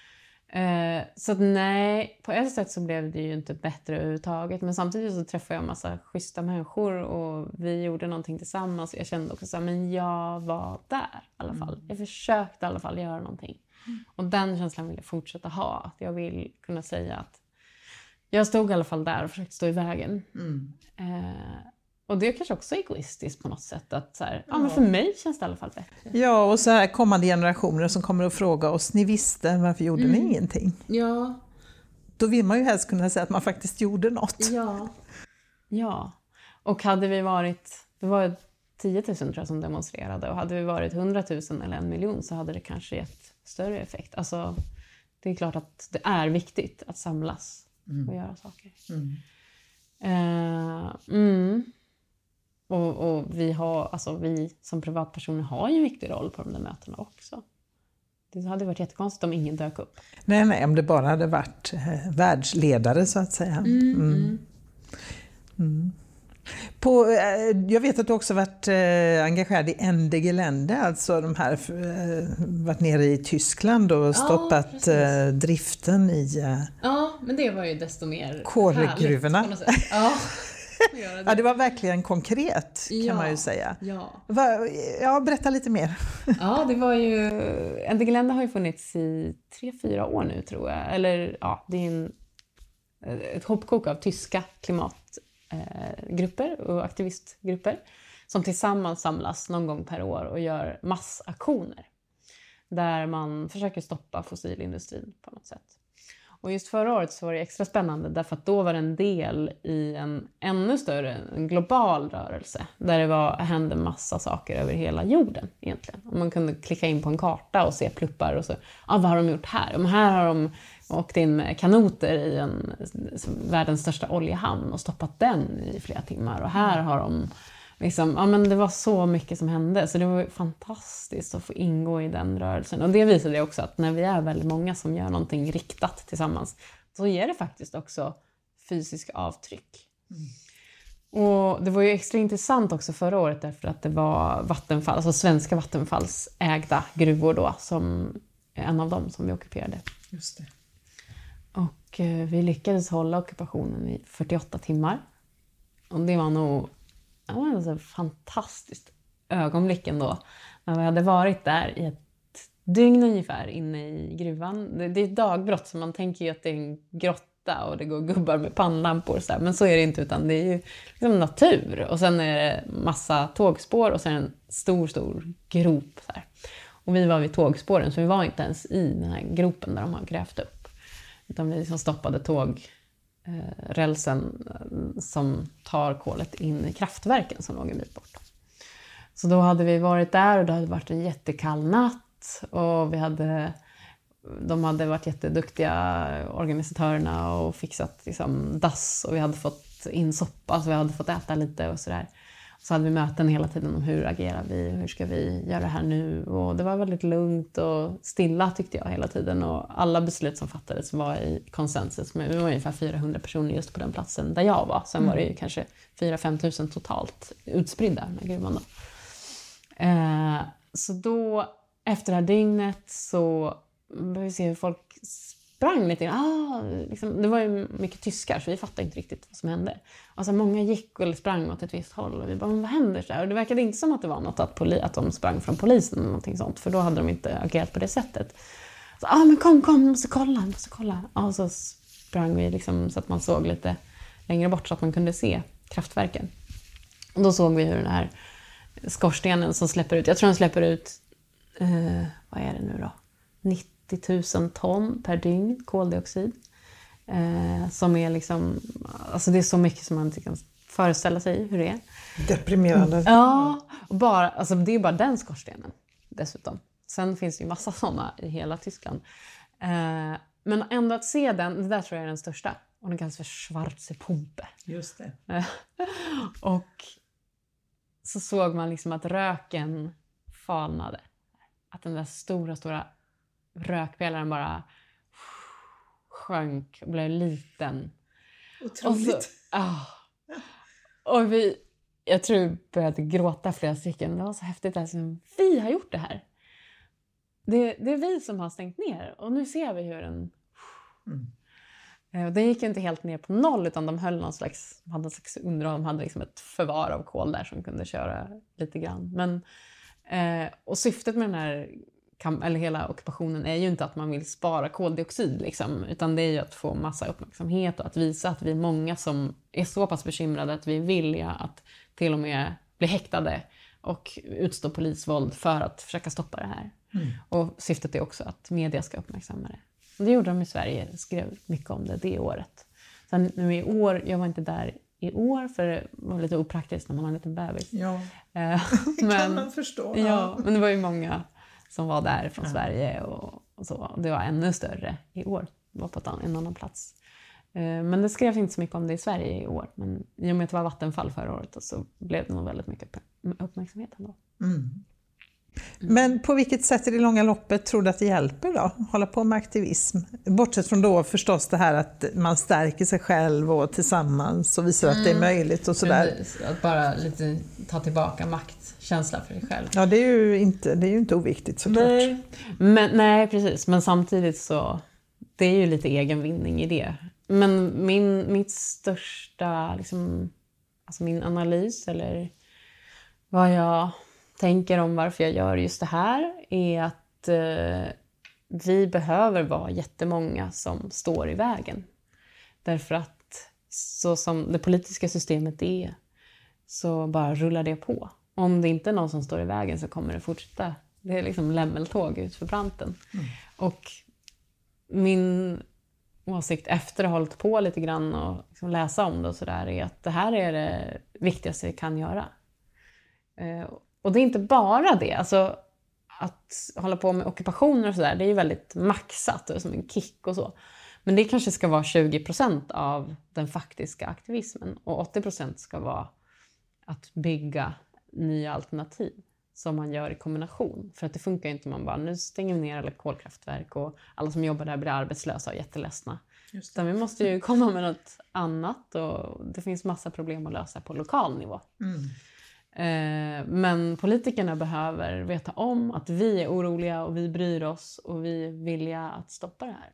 Uh, så att nej, på ett sätt så blev det ju inte bättre överhuvudtaget. Men samtidigt så träffade jag en massa schyssta människor och vi gjorde någonting tillsammans. Jag kände också så här, men jag var där i alla fall. Mm. Jag försökte i alla fall göra någonting. Mm. Och den känslan vill jag fortsätta ha. Att jag vill kunna säga att jag stod i alla fall där och försökte stå i vägen. Mm. Uh, Och det är kanske också egoistiskt på något sätt. Att så här, ja. Ja, men för mig känns det i alla fall bättre. Ja, och så här kommande generationer som kommer att fråga oss, ni visste, varför gjorde mm. ni ingenting? Ja. Då vill man ju helst kunna säga att man faktiskt gjorde något. Ja. Ja. Och hade vi varit, det var tio tusen tror jag som demonstrerade. Och hade vi varit hundratusen eller en miljon så hade det kanske gett större effekt. Alltså, det är klart att det är viktigt att samlas mm. och göra saker. Mm. Uh, mm. Och, och vi, har, alltså vi som privatpersoner har ju en viktig roll på de där mötena också. Det hade varit jättekonstigt om ingen dök upp. Nej, nej, om det bara hade varit eh, världsledare så att säga. Mm, mm. Mm. På, eh, jag vet att du också varit eh, engagerad i Ende Gelände, alltså de här, eh, varit nere i Tyskland och stoppat eh, driften i... Eh, ja, men det var ju desto mer kolgruvorna. Härligt på något sätt. Ja. Det. Ja, det var verkligen konkret kan ja, man ju säga. Ja. Va, ja, berätta lite mer. Ja, det var ju... Ende Gelände har ju funnits i tre, fyra år nu tror jag. Eller ja, det är en, ett hoppkok av tyska klimatgrupper och aktivistgrupper som tillsammans samlas någon gång per år och gör massaktioner. Där man försöker stoppa fossilindustrin på något sätt. Och just förra året så var det extra spännande därför att då var det en del i en ännu större, en global rörelse. Där det var, hände massa saker över hela jorden egentligen. Och man kunde klicka in på en karta och se pluppar och så, ja, vad har de gjort här? Och här har de åkt in med kanoter i en, världens största oljehamn och stoppat den i flera timmar. Och här har de liksom, ja, men det var så mycket som hände. Så det var fantastiskt att få ingå i den rörelsen. Och det visade också att när vi är väldigt många som gör någonting riktat tillsammans, så ger det faktiskt också fysiska avtryck. Mm. Och det var ju extra intressant också förra året därför att det var Vattenfall, alltså svenska Vattenfalls ägda gruvor då, som en av dem som vi ockuperade. Just det. Och eh, vi lyckades hålla ockupationen i fyrtioåtta timmar. Och det var nog ja, alltså, fantastiskt ögonblick ändå. När vi hade varit där i ett dygn ungefär inne i gruvan. Det, det är ett dagbrott så man tänker ju att det är en grotta och det går gubbar med pannlampor och så där. Men så är det inte, utan det är ju liksom natur. Och sen är det massa tågspår och sen en stor, stor grop så här. Och vi var vid tågspåren så vi var inte ens i den här gropen där de har grävt upp. Utan vi liksom stoppade tågrälsen eh, som tar kolet in i kraftverken som låg en bit bort. Så då hade vi varit där och det hade varit en jättekall natt. Och vi hade, de hade varit jätteduktiga organisatörerna och fixat liksom, dass. Och vi hade fått in soppa så vi hade fått äta lite och sådär. Så hade vi möten hela tiden om hur agerar vi, hur ska vi göra det här nu. Och det var väldigt lugnt och stilla tyckte jag hela tiden. Och alla beslut som fattades var i konsensus. Men vi var ungefär fyrahundra personer just på den platsen där jag var. Sen var det ju kanske fyra till fem tusen totalt utspridda med gruvan då. Eh, så då, efter det här dygnet så började vi se hur folk sprang lite. Ah, liksom, det var ju mycket tyskar så vi fattade inte riktigt vad som hände. Alltså, många gick och sprang åt ett visst håll och vi bara, men vad händer så här? Och det verkade inte som att det var något att, poli- att de sprang från polisen eller någonting sånt. För då hade de inte agerat på det sättet. Så, ah, men kom, kom, måste kolla, måste kolla. Ja, och så sprang vi liksom så att man såg lite längre bort så att man kunde se kraftverken. Och då såg vi hur den här skorstenen som släpper ut, jag tror den släpper ut, eh, vad är det nu då? nittio tusen ton per dygn koldioxid. Eh, som är liksom, alltså det är så mycket som man inte kan föreställa sig hur det är. Deprimerande. Mm. Ja, och bara, alltså det är bara den skorstenen dessutom. Sen finns det ju massa sådana i hela Tyskland. Eh, men ändå att se den, det där tror jag är den största. Och den kallas för Schwarze Pumpe. Just det. Eh, och så såg man liksom att röken falnade. Att den där stora, stora rökpelaren bara sjönk och blev liten. Otroligt. Och, så, ah, och vi, jag tror vi började gråta flera stycken. Det var så häftigt. Alltså, vi har gjort det här. Det, det är vi som har stängt ner. Och nu ser vi hur den... Mm. Den gick ju inte helt ner på noll utan de höll någon slags, de hade en slags underhåll, de hade liksom ett förvar av kol där som kunde köra lite grann. Men, eh, och syftet med den här, eller hela ockupationen är ju inte att man vill spara koldioxid liksom, utan det är ju att få massa uppmärksamhet och att visa att vi är många som är så pass bekymrade att vi är villiga att till och med bli häktade och utstå polisvåld för att försöka stoppa det här. Mm. Och syftet är också att media ska uppmärksamma det. Det gjorde de i Sverige, skrev mycket om det det året. Sen nu i år, jag var inte där i år för det var lite opraktiskt när man har en liten bebis. Ja, men, kan man förstå. Ja, men det var ju många som var där från ja. Sverige och, och så. Och det var ännu större i år, det var på en annan plats. Men det skrevs inte så mycket om det i Sverige i år. Men i och med att det var Vattenfall förra året så blev det nog väldigt mycket uppmärksamhet ändå. Mm. Men på vilket sätt i det långa loppet tror du att det hjälper då? Hålla på med aktivism? Bortsett från då förstås det här att man stärker sig själv och tillsammans och visar mm. att det är möjligt och sådär. Precis, att bara lite ta tillbaka maktkänsla för dig själv. Ja, det är ju inte, det är ju inte oviktigt såklart. Nej. Men, nej, precis. Men samtidigt så, det är ju lite egen vinning i det. Men min, mitt största, liksom, alltså min analys eller vad jag tänker om varför jag gör just det här är att eh, vi behöver vara jättemånga som står i vägen. Därför att så som det politiska systemet är så bara rullar det på. Om det inte är någon som står i vägen så kommer det fortsätta. Det är liksom lämmeltåg ut för branten. Mm. Och min åsikt efter att ha hållit på lite grann och liksom läsa om det och sådär är att det här är det viktigaste vi kan göra. Eh, Och det är inte bara det. Alltså, att hålla på med ockupationer och sådär, det är ju väldigt maxat och som en kick och så. Men det kanske ska vara tjugo procent av den faktiska aktivismen. Och åttio procent ska vara att bygga nya alternativ som man gör i kombination. För att det funkar inte om man bara, nu stänger vi ner alla kolkraftverk och alla som jobbar där blir arbetslösa och jätteledsna. Just det. Utan vi måste ju komma med något annat och det finns massa problem att lösa på lokal nivå. Mm. Eh, men politikerna behöver veta om att vi är oroliga och vi bryr oss och vi är villiga att stoppa det här.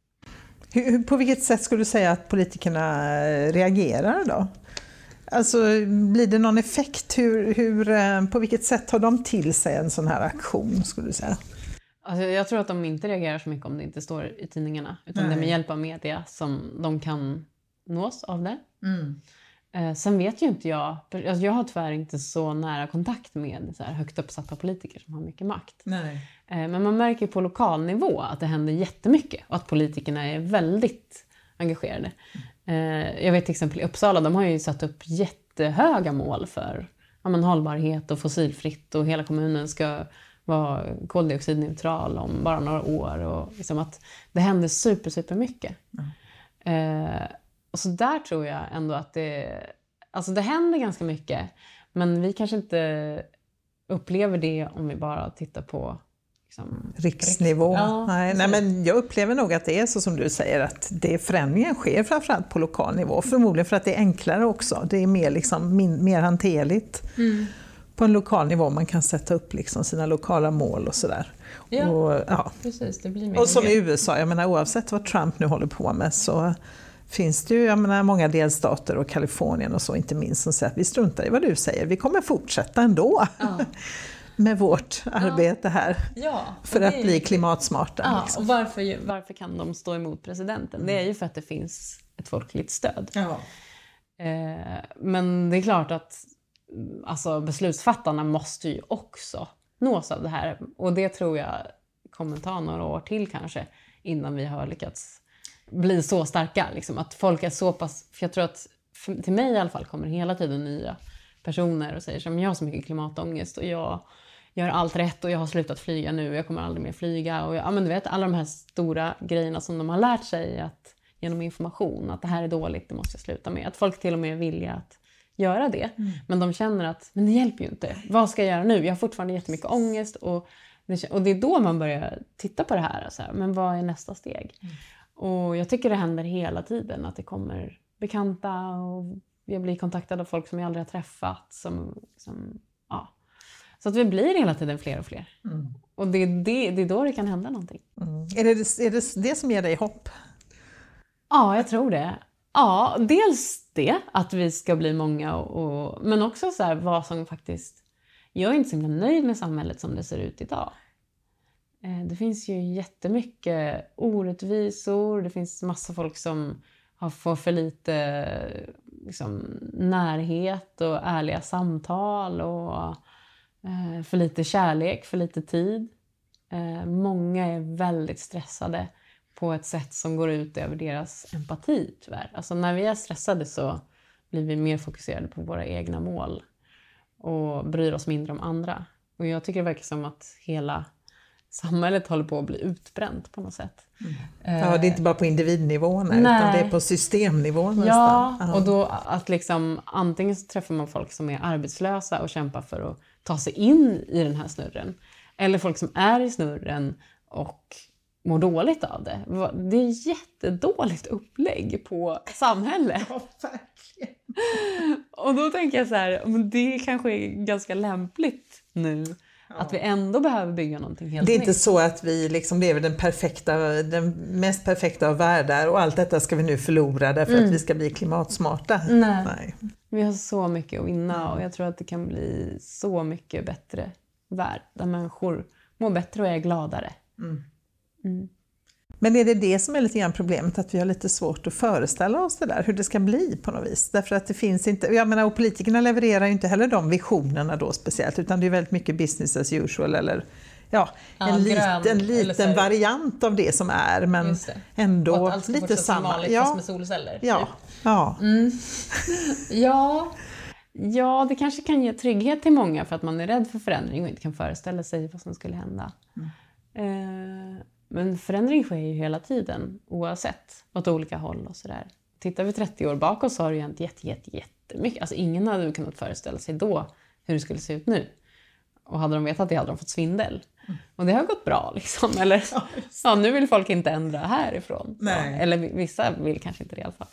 Hur, på vilket sätt skulle du säga att politikerna reagerar då? Alltså blir det någon effekt? Hur, hur, på vilket sätt tar de till sig en sån här aktion skulle du säga? Alltså, jag tror att de inte reagerar så mycket om det inte står i tidningarna. Utan Nej. Det är med hjälp av media som de kan nås av det. Mm. Eh, sen vet ju inte jag, alltså jag har tyvärr inte så nära kontakt med så här högt uppsatta politiker som har mycket makt. Nej. Eh, men man märker på lokal nivå att det händer jättemycket och att politikerna är väldigt engagerade. Eh, jag vet till exempel i Uppsala, de har ju satt upp jättehöga mål för ja, men hållbarhet och fossilfritt och hela kommunen ska vara koldioxidneutral om bara några år och liksom att det händer super super mycket. Mm. Eh, och så där tror jag ändå att det alltså det händer ganska mycket, men vi kanske inte upplever det om vi bara tittar på liksom, riksnivå. Riks- ja, nej, nej, men jag upplever nog att det är så som du säger att det förändringen sker framförallt på lokal nivå, förmodligen för att det är enklare också. Det är mer liksom min, mer hanterligt. Mm. På en lokal nivå man kan sätta upp liksom sina lokala mål och sådär. Ja, och, ja. precis. Det blir mer och som i U S A, jag menar oavsett vad Trump nu håller på med så finns det ju jag menar, många delstater och Kalifornien och så inte minst som säger att vi struntar i vad du säger. Vi kommer fortsätta ändå ja. med vårt arbete här ja, för att bli klimatsmarta. Ja, liksom. Och varför, varför kan de stå emot presidenten? Mm. Det är ju för att det finns ett folkligt stöd. Ja. Eh, men det är klart att alltså, beslutsfattarna måste ju också nås av det här. Och det tror jag kommer ta några år till kanske innan vi har lyckats bli så starka. Liksom. Att folk är så pass... För jag tror att för, till mig i alla fall kommer hela tiden nya personer och säger som jag har så mycket klimatångest och jag gör allt rätt och jag har slutat flyga nu och jag kommer aldrig mer flyga. Och jag, ja, men du vet, alla de här stora grejerna som de har lärt sig att, genom information att det här är dåligt, det måste jag sluta med. Att folk till och med är villiga att göra det. Mm. Men de känner att men det hjälper ju inte. Vad ska jag göra nu? Jag har fortfarande jättemycket ångest och det, och det är då man börjar titta på det här. Så här men vad är nästa steg? Mm. Och jag tycker det händer hela tiden att det kommer bekanta och jag blir kontaktad av folk som jag aldrig har träffat. Som, som, ja. Så att vi blir hela tiden fler och fler. Mm. Och det är, det, det är då det kan hända någonting. Mm. Är, det, är det det som ger dig hopp? Ja, jag tror det. Ja, dels det, att vi ska bli många och, och, men också så här, vad som faktiskt... Jag är inte så himla nöjd med samhället som det ser ut idag. Eh, det finns ju jättemycket orättvisor, det finns massa folk som har får för lite liksom, närhet och ärliga samtal och eh, för lite kärlek, för lite tid. Eh, många är väldigt stressade på ett sätt som går ut över deras empati tyvärr. Alltså när vi är stressade så blir vi mer fokuserade på våra egna mål och bryr oss mindre om andra. Och jag tycker det verkar som att hela samhället håller på att bli utbränt på något sätt. Mm. Ja, det är inte bara på individnivån utan det är på systemnivån nästan. Ja, ja, och då att liksom antingen så träffar man folk som är arbetslösa och kämpar för att ta sig in i den här snurren. Eller folk som är i snurren och mår dåligt av det. Det är jättedåligt upplägg på samhället. Ja, verkligen. Och då tänker jag så här, men det kanske är ganska lämpligt nu. Ja. Att vi ändå behöver bygga någonting helt Det är nytt. inte så att vi liksom lever den perfekta, den mest perfekta av världar och allt detta ska vi nu förlora därför mm. att vi ska bli klimatsmarta. Nej. Nej. Vi har så mycket att vinna och jag tror att det kan bli så mycket bättre värld där människor mår bättre och är gladare. Mm. Mm. Men är det det som är lite grann problemet, att vi har lite svårt att föreställa oss det där, hur det ska bli på något vis? Därför att det finns inte, jag menar, och politikerna levererar ju inte heller de visionerna då speciellt, utan det är väldigt mycket business as usual eller ja, ja en grön, liten, liten variant av det som är, men ändå lite samma. Ja, fast med solceller. Ja, typ. ja. Mm. ja. Ja, det kanske kan ge trygghet till många för att man är rädd för förändring och inte kan föreställa sig vad som skulle hända. Mm. Eh, men förändring sker ju hela tiden, oavsett, åt olika håll och sådär. Tittar vi trettio år bakåt så har det ju hänt jätte, jätte, jättemycket. Alltså ingen hade kunnat föreställa sig då hur det skulle se ut nu. Och hade de vetat det hade de fått svindel. Mm. Och det har gått bra liksom. Eller, ja, ja, nu vill folk inte ändra härifrån. Nej. Eller vissa vill kanske inte det i alla fall.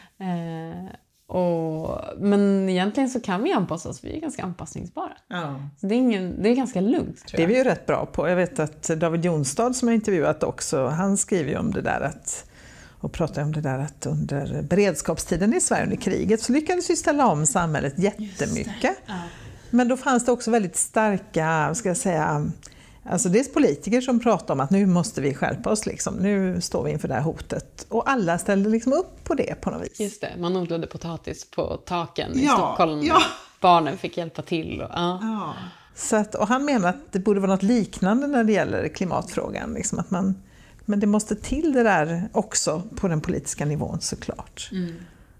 Eh, och, men egentligen så kan vi anpassa oss. Vi är ganska anpassningsbara. Ja. Så det är, ingen, det är ganska lugnt, tror jag. Det är vi ju rätt bra på. Jag vet att David Jonstad som jag intervjuat också, han skriver ju om det där att och pratar om det där att under beredskapstiden i Sverige under kriget så lyckades vi ställa om samhället jättemycket. Ja. Men då fanns det också väldigt starka, ska jag säga, alltså dels politiker som pratade om att nu måste vi skärpa oss liksom. Nu står vi inför det här hotet. Och alla ställde liksom upp på det på något vis. Just det, man odlade potatis på taken i ja, Stockholm. Ja. Barnen fick hjälpa till. Och, ja. Ja. Så att, och han menar att det borde vara något liknande när det gäller klimatfrågan. Liksom att man, men det måste till det där också på den politiska nivån såklart. Mm.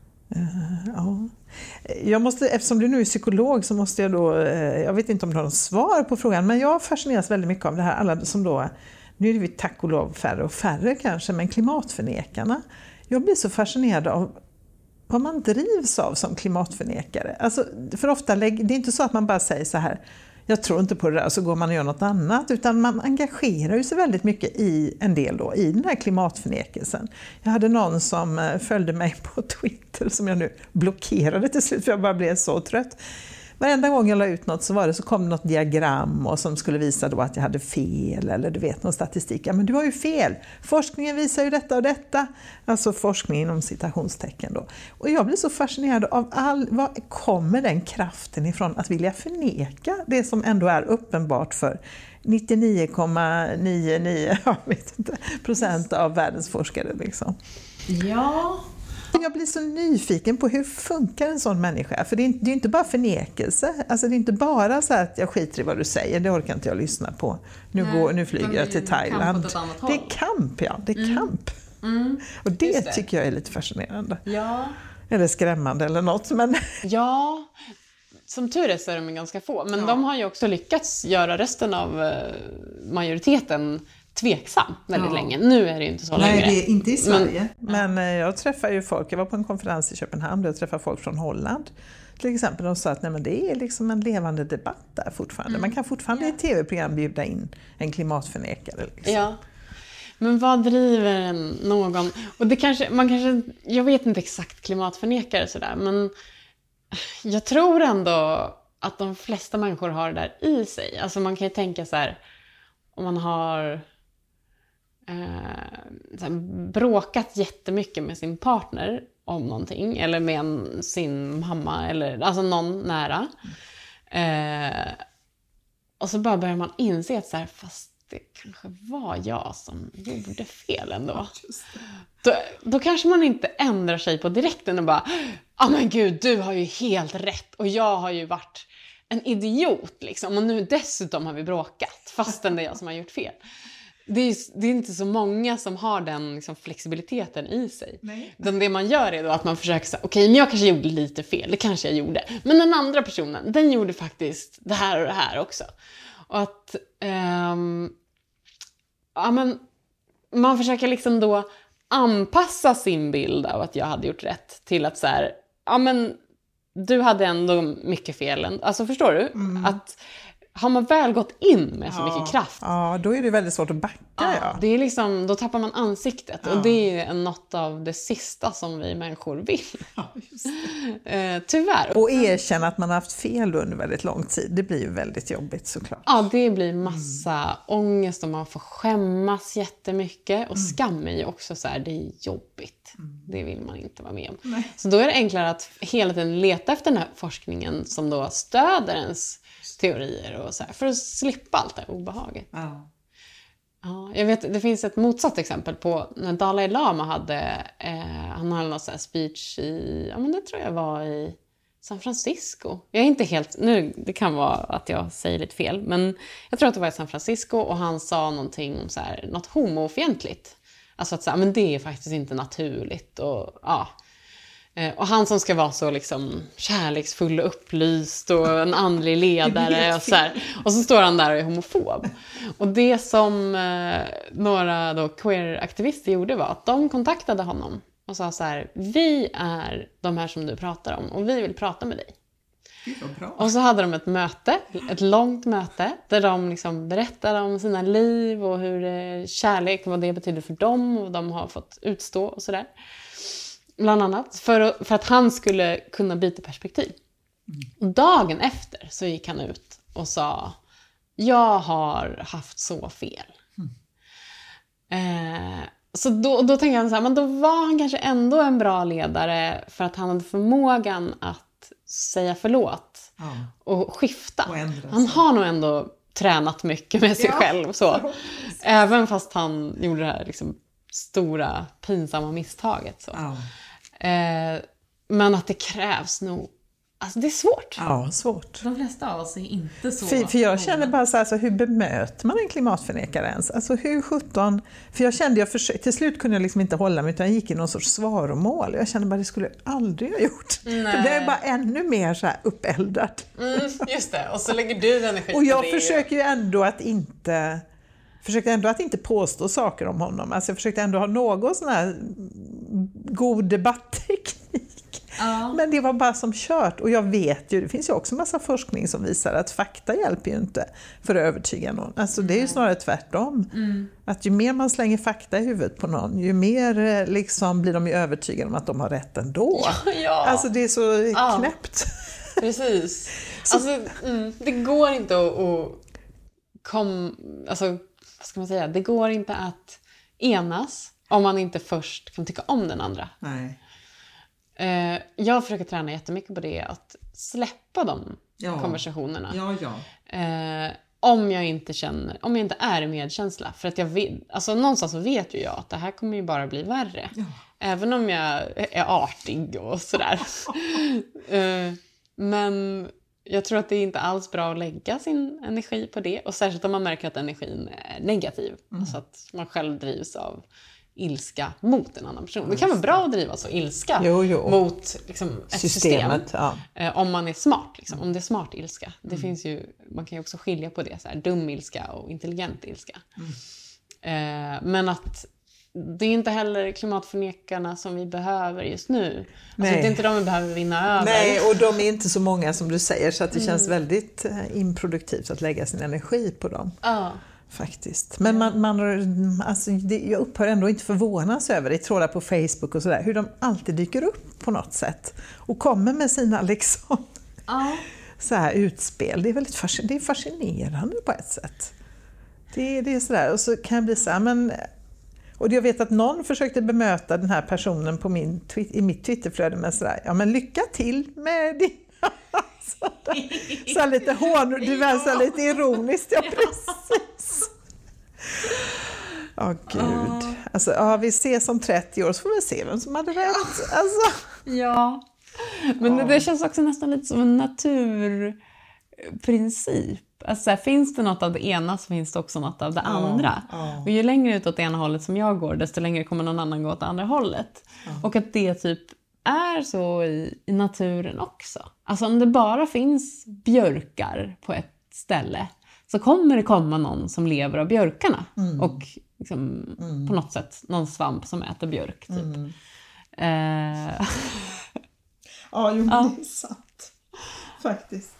Uh, ja. Jag måste, eftersom du nu är psykolog så måste jag då, jag vet inte om du har något svar på frågan, men jag fascineras väldigt mycket av det här, alla som då, nu är vi tack och lov färre och färre kanske, men klimatförnekarna, jag blir så fascinerad av vad man drivs av som klimatförnekare. Alltså, för ofta, det är inte så att man bara säger så här, jag tror inte på det där, och så går man och gör något annat, utan man engagerar ju sig väldigt mycket i en del då, i den här klimatförnekelsen. Jag hade någon som följde mig på Twitter som jag nu blockerade till slut för jag bara blev så trött. Varenda gång jag la ut något så var det så kom det något diagram och som skulle visa då att jag hade fel eller du vet någon statistik. Ja, men du har ju fel. Forskningen visar ju detta och detta. Alltså forskning inom citationstecken då. Och jag blir så fascinerad av all, vad kommer den kraften ifrån att vilja förneka det som ändå är uppenbart för nittionio komma nittionio jag vet inte, procent av världens forskare liksom. Ja. Jag blir så nyfiken på hur funkar en sån människa. För det är inte, det är inte bara förnekelse. Alltså det är inte bara så att jag skiter i vad du säger. Det orkar inte jag lyssna på. Nu, Nej, går, nu flyger jag till Thailand. Det är kamp, ja. Det är mm. kamp. Mm. Och det, det tycker jag är lite fascinerande. Ja. Eller skrämmande eller något. Men... Ja, som tur är så är de ganska få. Men ja. De har ju också lyckats göra resten av majoriteten tveksam väldigt ja. länge. Nu är det ju inte så Nej, längre. Nej, det är inte i Sverige. Men, men jag träffar ju folk, jag var på en konferens i Köpenhamn där jag träffade folk från Holland. Till exempel de sa att nej, men det är liksom en levande debatt där fortfarande. Mm. Man kan fortfarande ja. i tv-program bjuda in en klimatförnekare. Liksom. Ja. Men vad driver en någon? Och det kanske, man kanske, jag vet inte exakt klimatförnekare sådär, men jag tror ändå att de flesta människor har det där i sig. Alltså man kan ju tänka så här, om man har Eh, så här, bråkat jättemycket med sin partner om någonting eller med en, sin mamma eller alltså någon nära eh, och så bara börjar man inse att så här, fast det kanske var jag som gjorde fel ändå. Då, då kanske man inte ändrar sig på direkten och bara ja ah, men gud, du har ju helt rätt och jag har ju varit en idiot liksom och nu dessutom har vi bråkat fastän det är jag som har gjort fel. Det är, det är inte så många som har den liksom, flexibiliteten i sig. Nej. Det man gör är då att man försöker säga, okej, okay, men jag kanske gjorde lite fel, det kanske jag gjorde. Men den andra personen, den gjorde faktiskt det här och det här också. Och att um, ja, men, man försöker liksom då anpassa sin bild av att jag hade gjort rätt till att så här, ja men du hade ändå mycket fel. Alltså förstår du? Mm. Att har man väl gått in med så ja, mycket kraft. Ja, då är det väldigt svårt att backa. Ja, ja. Det är liksom, då tappar man ansiktet. Ja. Och det är något av det sista som vi människor vill. Ja, just det. eh, tyvärr. Och erkänna att man har haft fel under väldigt lång tid. Det blir ju väldigt jobbigt såklart. Ja, det blir massa mm. ångest och man får skämmas jättemycket. Och mm. skam är ju också så här, det är jobbigt. Mm. Det vill man inte vara med om. Nej. Så då är det enklare att hela tiden leta efter den här forskningen som då stöder ens teorier och så här, för att slippa allt det här obehaget. Ja. Ja, jag vet, det finns ett motsatt exempel på när Dalai Lama hade, eh, han hade någon så här speech i, ja men det tror jag var i San Francisco. Jag är inte helt, nu det kan vara att jag säger lite fel, men jag tror att det var i San Francisco och han sa någonting om så här, något homofientligt. Alltså att så här, men det är faktiskt inte naturligt och ja. Och han som ska vara så liksom kärleksfull och upplyst och en andlig ledare och så här. Och så står han där och är homofob. Och det som eh, några då queer-aktivister gjorde var att de kontaktade honom och sa så här: vi är de här som du pratar om och vi vill prata med dig. Bra. Och så hade de ett möte, ett långt möte där de liksom berättade om sina liv och hur det, kärlek, vad det betyder för dem och de har fått utstå och sådär. Bland annat för, för att han skulle kunna byta perspektiv. Mm. Och dagen efter så gick han ut och sa: jag har haft så fel. Mm. Eh, så då, då tänkte han så här, men då var han kanske ändå en bra ledare för att han hade förmågan att säga förlåt ja. och skifta. Och han har nog ändå tränat mycket med sig ja. själv. Så. Även fast han gjorde det här liksom stora, pinsamma misstaget. Så. Ja. Eh, men att det krävs nog... Alltså det är svårt. Ja, svårt. De flesta av oss är inte så... För, för jag känner bara så här, så hur bemöter man en klimatförnekare ens? Alltså hur sjutton... För jag kände, jag försökte, till slut kunde jag liksom inte hålla mig utan jag gick i någon sorts svaromål. Jag kände bara, det skulle jag aldrig ha gjort. Nej. Det blev bara ännu mer så här uppeldat. Mm, just det, och så lägger du energi och jag på det. försöker ju ändå att inte... försökte ändå att inte påstå saker om honom. Alltså jag försökte ändå ha någon sån här god debattteknik. Ja. Men det var bara som kört. Och jag vet ju, det finns ju också massa forskning som visar att fakta hjälper ju inte för att övertyga någon. Alltså det är ju snarare tvärtom. Mm. Att ju mer man slänger fakta i huvudet på någon, ju mer liksom blir de ju övertygade om att de har rätt ändå. Ja, ja. Alltså det är så ja. knäppt. Precis. Så, alltså mm, det går inte att, att kom, alltså, vad ska man säga? Det går inte att enas om man inte först kan tycka om den andra. Nej. Jag försöker träna jättemycket på det, att släppa de ja. konversationerna. Ja, ja. Eh, om jag inte känner, om jag inte är i medkänsla. För att jag vet, alltså någonstans så vet ju jag att det här kommer ju bara bli värre. Ja. Även om jag är artig och sådär. eh, men jag tror att det är inte alls bra att lägga sin energi på det. Och särskilt om man märker att energin är negativ. Mm. Alltså att man själv drivs av ilska mot en annan person. Det kan vara bra att drivas av ilska jo, jo. mot liksom, ett Systemet, system. Ja. Eh, om man är smart. Liksom. Om det är smart ilska. Det mm. finns ju, man kan ju också skilja på det. Så här, dum ilska och intelligent ilska. Mm. Eh, men att det är inte heller klimatförnekarna som vi behöver just nu. Alltså, det är inte de vi behöver vinna över. Nej, och de är inte så många som du säger. Så att det mm. känns väldigt improduktivt att lägga sin energi på dem. Ja. Faktiskt. Men man, man, alltså det, jag upphör ändå inte förvånas över det. Trådar på Facebook och sådär. Hur de alltid dyker upp på något sätt. Och kommer med sina liksom, ja. så här utspel. Det är väldigt fascin- det är fascinerande på ett sätt. Det, det är sådär. Och så kan jag bli så här, men... Och jag vet att någon försökte bemöta den här personen på min, i mitt Twitterflöde med sådär. Ja, men lycka till med din... så, så lite hån, du var så lite ironiskt, ja precis. Åh oh, gud. Alltså, ja, vi ses om trettio år så får vi se vem som hade rätt. Alltså. Ja, men det, det känns också nästan lite som en naturprincip. Alltså, så här, finns det något av det ena så finns det också något av det andra. Oh, oh. Och ju längre ut åt det ena hållet som jag går, desto längre kommer någon annan gå åt det andra hållet. Oh. Och att det typ är så i, i naturen också. Alltså om det bara finns björkar på ett ställe så kommer det komma någon som lever av björkarna. Mm. Och liksom, mm. på något sätt någon svamp som äter björk typ. Mm. Eh. ja, jo, ja, det är sant. Faktiskt.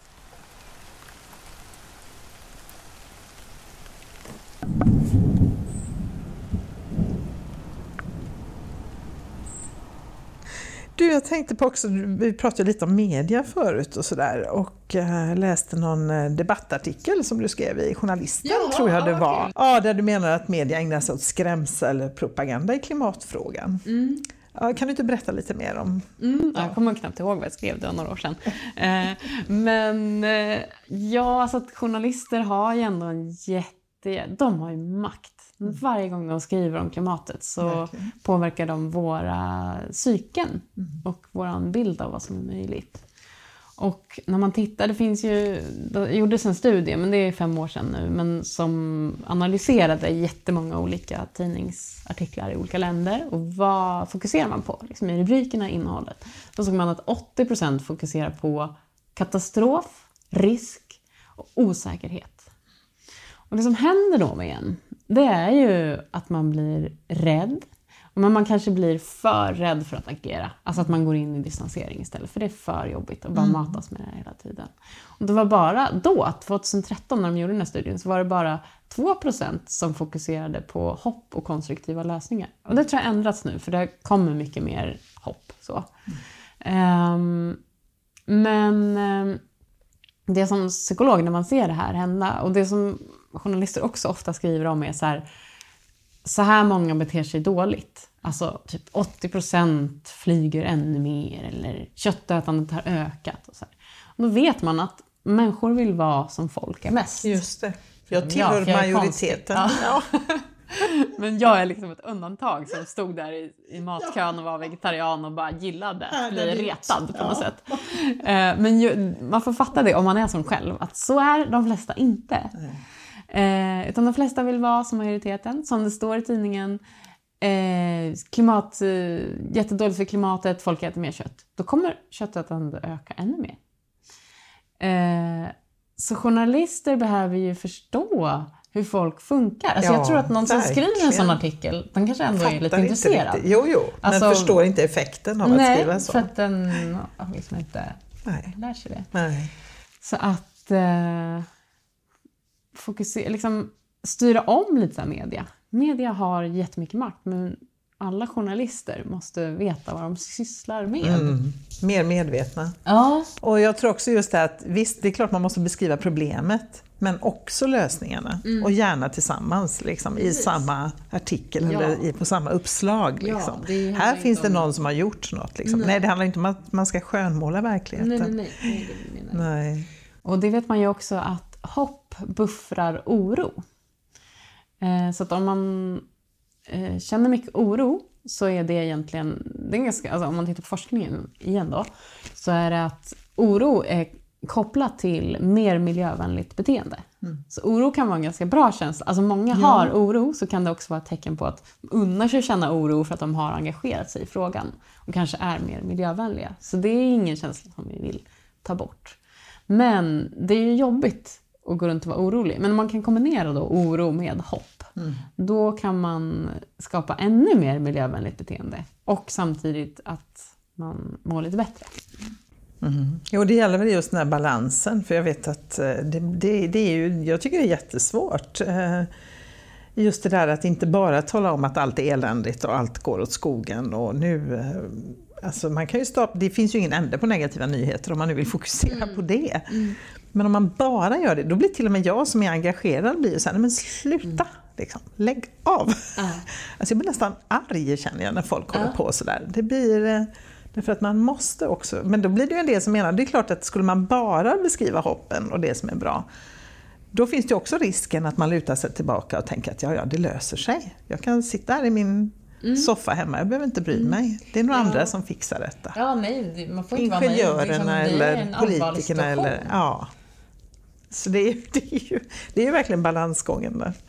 Du, jag tänkte på också, vi pratade lite om media förut och sådär och äh, läste någon debattartikel som du skrev i Journalisten, ja, tror jag det var. Okay. Ja, där du menar att media ägnar sig åt skrämselpropaganda i klimatfrågan. Mm. Ja, kan du inte berätta lite mer om? Mm, ja. Jag kommer knappt ihåg vad jag skrev, det var några år sedan. eh, men eh, ja, alltså att journalister har ju ändå en jätte, de har ju makt. Mm. Varje gång de skriver om klimatet så Verkligen. påverkar de våra psyken mm. och våran bild av vad som är möjligt. Och när man tittar, det finns ju, det gjordes en studie, men det är fem år sedan nu, men som analyserade jättemånga olika tidningsartiklar i olika länder. Och vad fokuserar man på? Liksom i rubrikerna, innehållet. Då såg man att åttio procent fokuserar på katastrof, risk och osäkerhet. Och det som händer då med en, det är ju att man blir rädd Men man kanske blir för rädd för att agera. Alltså att man går in i distansering istället. För det är för jobbigt att bara mm. matas med det här hela tiden. Och det var bara då, tjugohundratretton när de gjorde den här studien, så var det bara två procent som fokuserade på hopp och konstruktiva lösningar. Och det tror jag ändrats nu, för det kommer mycket mer hopp. Så. Mm. Um, men um, det som psykolog när man ser det här hända, och det som journalister också ofta skriver om är så här, så här många beter sig dåligt. Alltså typ åttio procent flyger ännu mer, eller köttätandet har ökat. Och så här. Och då vet man att människor vill vara som folk är mest. Just det. Jag tillhör ja, jag majoriteten. Ja. Ja. Men jag är liksom ett undantag som stod där i, i matkön och var vegetarian och bara gillade att bli retad på något ja. sätt. Men ju, man får fatta det om man är som själv, att så är de flesta inte. Eh, utan de flesta vill vara som majoriteten. Som det står i tidningen, eh, klimat, eh, jättedåligt för klimatet, folk äter mer kött. Då kommer köttet att öka ännu mer. Eh, så journalister behöver ju förstå hur folk funkar. Alltså ja, jag tror att någon som skriver en sån artikel, den kanske ändå är lite intresserad. Riktigt. Jo, jo, alltså, men förstår inte effekten av nej, att skriva så. Nej, för att den liksom inte nej. lär sig det. Nej. Så att eh, fokusera, liksom styra om lite av media. Media har jättemycket makt, men alla journalister måste veta vad de sysslar med. Mm, mer medvetna. Ja. Och jag tror också just det att visst, det är klart man måste beskriva problemet, men också lösningarna. Mm. Och gärna tillsammans liksom, i samma artikel ja. eller i, på samma uppslag. Liksom. Ja, här finns det någon som har gjort något. Liksom. Nej. nej, det handlar inte om att man ska skönmåla verkligheten. Nej, nej, nej. nej, nej, nej. nej. Och det vet man ju också att hopp buffrar oro. Eh, så att om man eh, känner mycket oro, så är det egentligen, det är ganska, alltså om man tittar på forskningen igen då, så är det att oro är kopplat till mer miljövänligt beteende. Mm. Så oro kan vara en ganska bra känsla. Alltså många ja. har oro, så kan det också vara ett tecken på att unnar sig känna oro för att de har engagerat sig i frågan och kanske är mer miljövänliga. Så det är ingen känsla som vi vill ta bort. Men det är ju jobbigt att gå runt och vara orolig. Men om man kan kombinera då oro med hopp, mm. då kan man skapa ännu mer miljövänligt beteende. Och samtidigt att man mår lite bättre. Mm. Jo, det gäller väl just den här balansen. För jag vet att det, det, det är ju, jag tycker det är jättesvårt. Just det där att inte bara tala om att allt är eländigt och allt går åt skogen. Och nu, alltså man kan ju stoppa, det finns ju ingen ände på negativa nyheter om man nu vill fokusera mm. på det. Mm. Men om man bara gör det, då blir till och med jag som är engagerad blir så här, men sluta, mm. liksom, lägg av. Uh. Alltså jag blir nästan arg, känner jag, när folk uh. håller på så där. Det blir, därför att man måste också, men då blir det ju en del som menar, det är klart att skulle man bara beskriva hoppen och det som är bra, då finns det också risken att man lutar sig tillbaka och tänker att ja, ja, det löser sig. Jag kan sitta här i min mm. soffa hemma, jag behöver inte bry mm. mig. Det är några ja. andra som fixar detta. Ja, nej, man får inte ingenjörerna vara naiv. Eller politikerna eller ja. Så det är, det är ju det är ju verkligen balansgången där.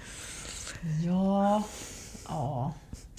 Ja. Ja.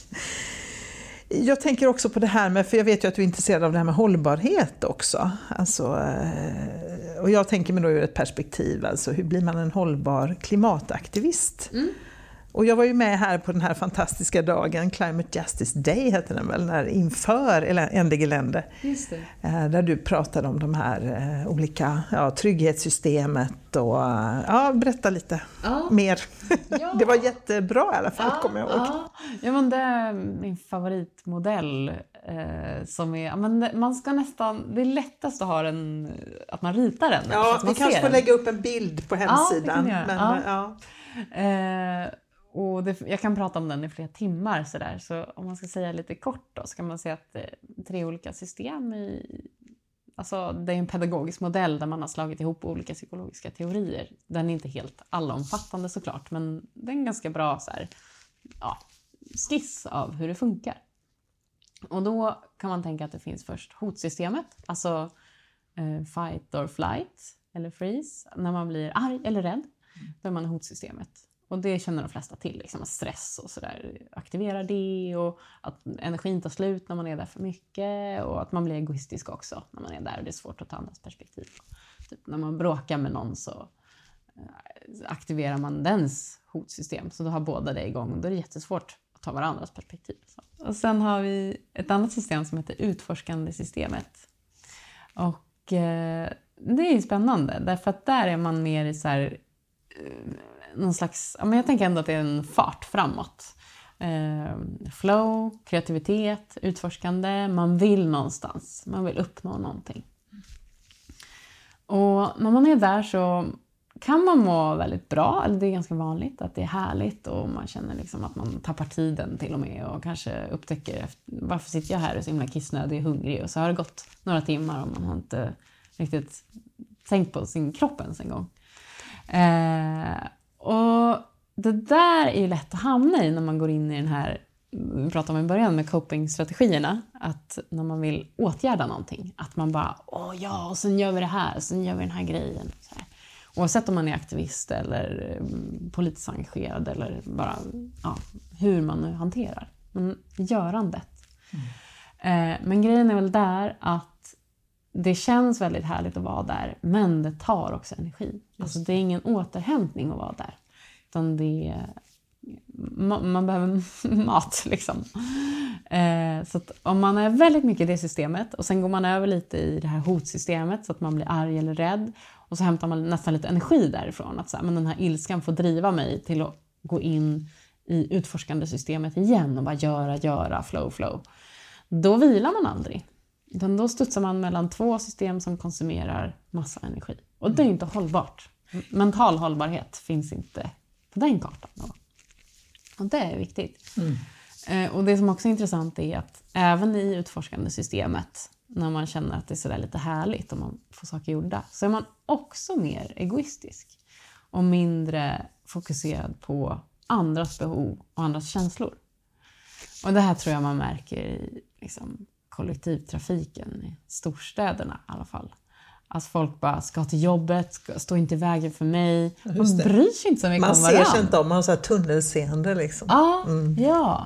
Jag tänker också på det här med, för jag vet ju att du är intresserad av det här med hållbarhet också. Alltså, och jag tänker mig då ur ett perspektiv, alltså hur blir man en hållbar klimataktivist? Mm. Och jag var ju med här på den här fantastiska dagen, Climate Justice Day heter den väl, när inför N D G-länder. Just det. Där du pratade om de här olika ja, trygghetssystemet och ja, berätta lite ja. mer. Ja. Det var jättebra i alla fall, ja, kommer jag ihåg. Ja. ja, men det är min favoritmodell eh, som är, men man ska nästan, det är lättast att ha den, att man ritar den. Ja, vi kanske får den. lägga upp en bild på hemsidan. Ja, men, ja. Ja. Eh, Och det, jag kan prata om den i flera timmar. Så, där. Så om man ska säga lite kort då, så kan man säga att det är tre olika system. I, alltså det är en pedagogisk modell där man har slagit ihop olika psykologiska teorier. Den är inte helt allomfattande såklart, men det är en ganska bra så här, ja, skiss av hur det funkar. Och då kan man tänka att det finns först hotsystemet. Alltså eh, fight or flight eller freeze. När man blir arg eller rädd, då är man i hotsystemet. Och det känner de flesta till, liksom, att stress och sådär aktiverar det, och att energin tar slut när man är där för mycket, och att man blir egoistisk också när man är där och det är svårt att ta andras perspektiv. Typ när man bråkar med någon så aktiverar man dens hotsystem, så då har båda det igång. Då är det jättesvårt och ta varandras perspektiv. Och sen har vi ett annat system som heter utforskande systemet. Och eh, det är ju spännande därför att där är man mer i så här, eh, någon slags, ja, men jag tänker ändå att det är en fart framåt. Eh, flow, kreativitet, utforskande, man vill någonstans, man vill uppnå någonting. Och när man är där så kan man må väldigt bra, eller det är ganska vanligt att det är härligt och man känner liksom att man tappar tiden till och med och kanske upptäcker varför sitter jag här och är så himla kissnödig och hungrig och så har det gått några timmar och man har inte riktigt tänkt på sin kropp ens en gång. Eh, och det där är ju lätt att hamna i när man går in i den här, vi pratade om i början med coping-strategierna, att när man vill åtgärda någonting, att man bara, åh ja, och sen gör vi det här, och sen gör vi den här grejen. Så här. Oavsett om man är aktivist eller politiskt engagerad eller bara ja, hur man nu hanterar. Men görandet. Mm. Eh, men grejen är väl där att det känns väldigt härligt att vara där, men det tar också energi. Alltså det är ingen återhämtning att vara där. Utan det är, man, man behöver mat liksom. Eh, så att om man är väldigt mycket i det systemet och sen går man över lite i det här hotsystemet så att man blir arg eller rädd. Och så hämtar man nästan lite energi därifrån. Att så här, men den här ilskan får driva mig till att gå in i utforskande systemet igen och bara göra, göra, flow, flow. Då vilar man aldrig. Utan då studsar man mellan två system som konsumerar massa energi. Och det är inte hållbart. Mental hållbarhet finns inte på den kartan. Då. Och det är viktigt. Mm. Eh, och det som också är intressant är att även i utforskande systemet, när man känner att det är sådär lite härligt och man får saker gjorda, så är man också mer egoistisk och mindre fokuserad på andras behov och andras känslor. Och det här tror jag man märker i liksom, kollektivtrafiken i storstäderna i alla fall. Att folk bara ska till jobbet, ska, stå inte i vägen för mig. Man bryr sig inte så mycket man om varandra. Man ser sig inte om, man har så här tunnelseende liksom. Ja, mm. ja.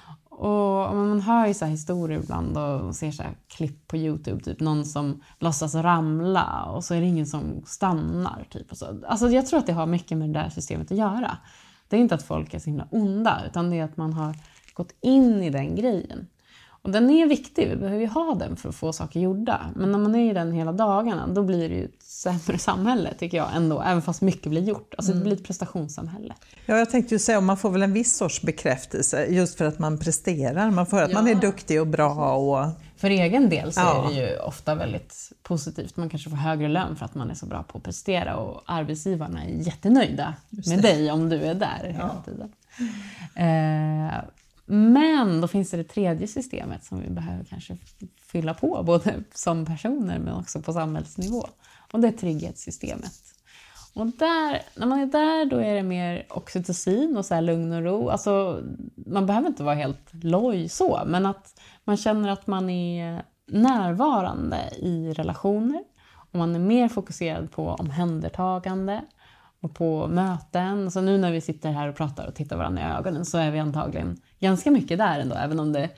Och man hör ju så här historier ibland och ser så här klipp på YouTube. Typ någon som låtsas ramla och så är det ingen som stannar. Typ, och så. Alltså jag tror att det har mycket med det där systemet att göra. Det är inte att folk är så himla onda, utan det är att man har gått in i den grejen. Och den är viktig, vi behöver ju ha den för att få saker gjorda. Men när man är i den hela dagarna, då blir det ju ett sämre samhälle tycker jag ändå. Även fast mycket blir gjort. Alltså mm. det blir ett prestationssamhälle. Ja, jag tänkte ju säga, man får väl en viss sorts bekräftelse just för att man presterar. Man får höra att ja. man är duktig och bra. Och... För egen del så ja. är det ju ofta väldigt positivt. Man kanske får högre lön för att man är så bra på att prestera. Och arbetsgivarna är jättenöjda med dig om du är där hela ja. tiden. Eh, Men då finns det det tredje systemet som vi behöver kanske fylla på, både som personer men också på samhällsnivå. Och det är trygghetssystemet. Och där, när man är där då är det mer oxytocin och så här lugn och ro. Alltså, man behöver inte vara helt loj så, men att man känner att man är närvarande i relationer. Och man är mer fokuserad på omhändertagande och på möten. Så nu när vi sitter här och pratar och tittar varandra i ögonen så är vi antagligen ganska mycket där ändå, även om det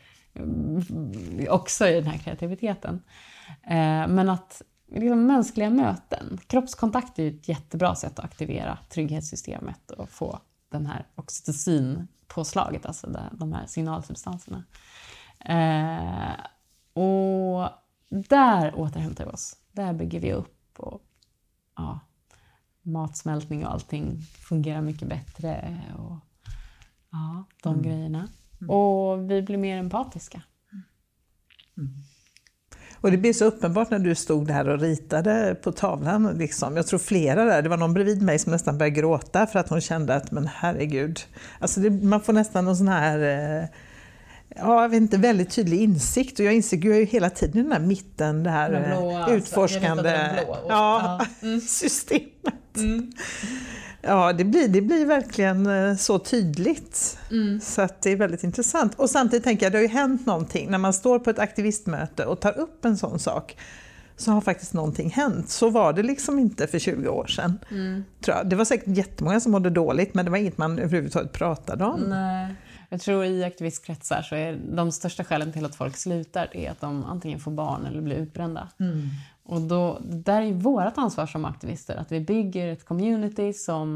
också är den här kreativiteten. Men att liksom, mänskliga möten, kroppskontakt är ju ett jättebra sätt att aktivera trygghetssystemet och få den här oxytocin-påslaget, alltså de här signalsubstanserna. Och där återhämtar vi oss. Där bygger vi upp och ja, matsmältning och allting fungerar mycket bättre och ja, de mm. grejerna. Mm. Och vi blir mer empatiska. Mm. Och det blir så uppenbart när du stod där och ritade på tavlan. Liksom. Jag tror flera där, det var någon bredvid mig som nästan började gråta för att hon kände att, men herregud. Alltså det, man får nästan någon sån här, ja, jag vet inte, väldigt tydlig insikt. Och jag inser ju hela tiden den här mitten, det här den blå, utforskande alltså, blå, ja, ja. Mm. systemet. Mm. Ja, det blir, det blir verkligen så tydligt. Mm. Så att det är väldigt intressant. Och samtidigt tänker jag, det har ju hänt någonting. När man står på ett aktivistmöte och tar upp en sån sak, så har faktiskt någonting hänt. Så var det liksom inte för tjugo år sedan. Mm. Tror jag. Det var säkert jättemånga som mådde dåligt, men det var inget man överhuvudtaget pratade om. Nej. Jag tror i aktivistkretsar så är de största skälen till att folk slutar är att de antingen får barn eller blir utbrända. Mm. Och då, där är vårt ansvar som aktivister att vi bygger ett community som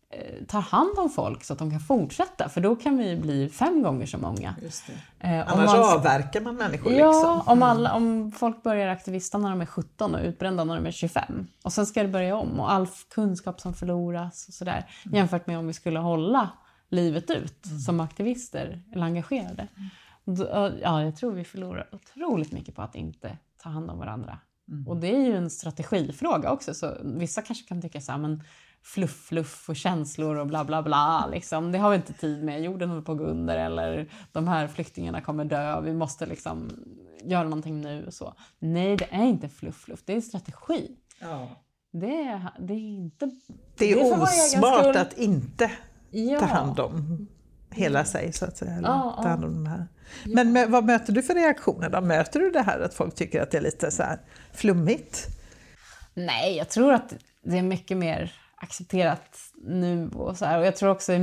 tar hand om folk så att de kan fortsätta. För då kan vi bli fem gånger så många. Just det. Eh, Annars man, avverkar man människor. Ja, liksom. om, alla, om folk börjar aktivista när de är sjutton och utbrända när de är tjugofem. Och sen ska det börja om. Och all kunskap som förloras och sådär. Mm. Jämfört med om vi skulle hålla livet ut mm. som aktivister eller engagerade. Mm. Då, ja, jag tror vi förlorar otroligt mycket på att inte ta hand om varandra. Mm. Och det är ju en strategifråga också. Så vissa kanske kan tycka så här, men fluff, fluff och känslor och bla bla bla. Liksom. Det har vi inte tid med. Jorden håller på att gå under eller de här flyktingarna kommer dö. Vi måste liksom göra någonting nu och så. Nej, det är inte fluff, fluff. Det är strategi. Ja. Det, är, det är inte... Det är, det är osmart att inte ja. ta hand om hela sig så att säga. Eller ja, ta hand om de här. Men med, vad möter du för reaktioner då? Möter du det här att folk tycker att det är lite så här flummigt? Nej, jag tror att det är mycket mer accepterat nu och så här. Och jag tror också i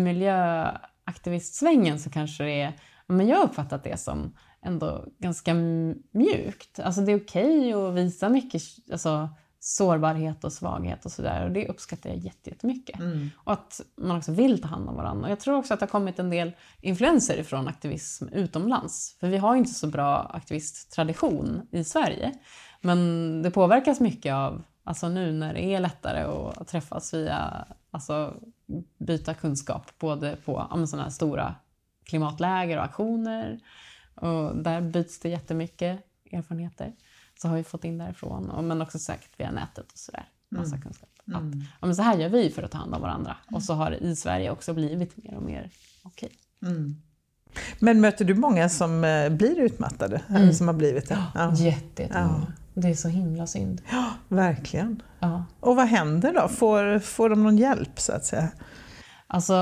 miljöaktivistsvängen så kanske det är, men jag har uppfattat det som ändå ganska mjukt. Alltså det är okej att visa mycket alltså, sårbarhet och svaghet och sådär. Och det uppskattar jag jättemycket. Mm. Och att man också vill ta hand om varandra. Och jag tror också att det har kommit en del influenser från aktivism utomlands. För vi har ju inte så bra aktivisttradition i Sverige. Men det påverkas mycket av alltså nu när det är lättare att träffas via alltså byta kunskap både på ja, sådana här stora klimatläger och aktioner. Och där byts det jättemycket erfarenheter. Så har vi fått in därifrån. Och, men också säkert via nätet och sådär. Massa mm. kunskap. Att, mm. ja, men så här gör vi för att ta hand om varandra. Mm. Och så har det i Sverige också blivit mer och mer okej. Mm. Men möter du många som eh, blir utmattade? Mm. Eller som har blivit det? Ja, jättemånga. Ja. Det är så himla synd. Ja, verkligen. Ja. Och vad händer då? Får, får de någon hjälp så att säga? Alltså...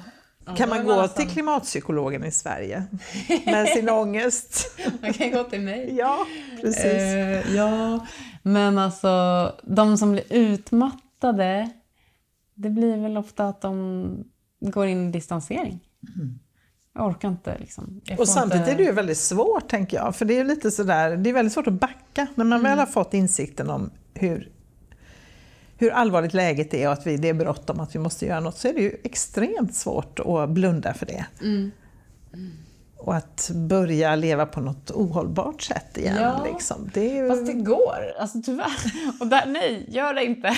Kan man gå till klimatpsykologen i Sverige med sin ångest? Man kan gå till mig. Ja, precis. Eh, ja, men alltså de som blir utmattade, det blir väl ofta att de går in i distansering. Mm. Jag orkar inte liksom. Och samtidigt inte... är det ju väldigt svårt tänker jag. För det är lite sådär, det är väldigt svårt att backa. När man mm. väl har fått insikten om hur, hur allvarligt läget är och att vi, det är bråttom att vi måste göra något så är det ju extremt svårt att blunda för det. Mm. Mm. Och att börja leva på något ohållbart sätt igen. Ja, liksom. Det är ju... fast det går. Alltså tyvärr. Och där, nej, gör det inte.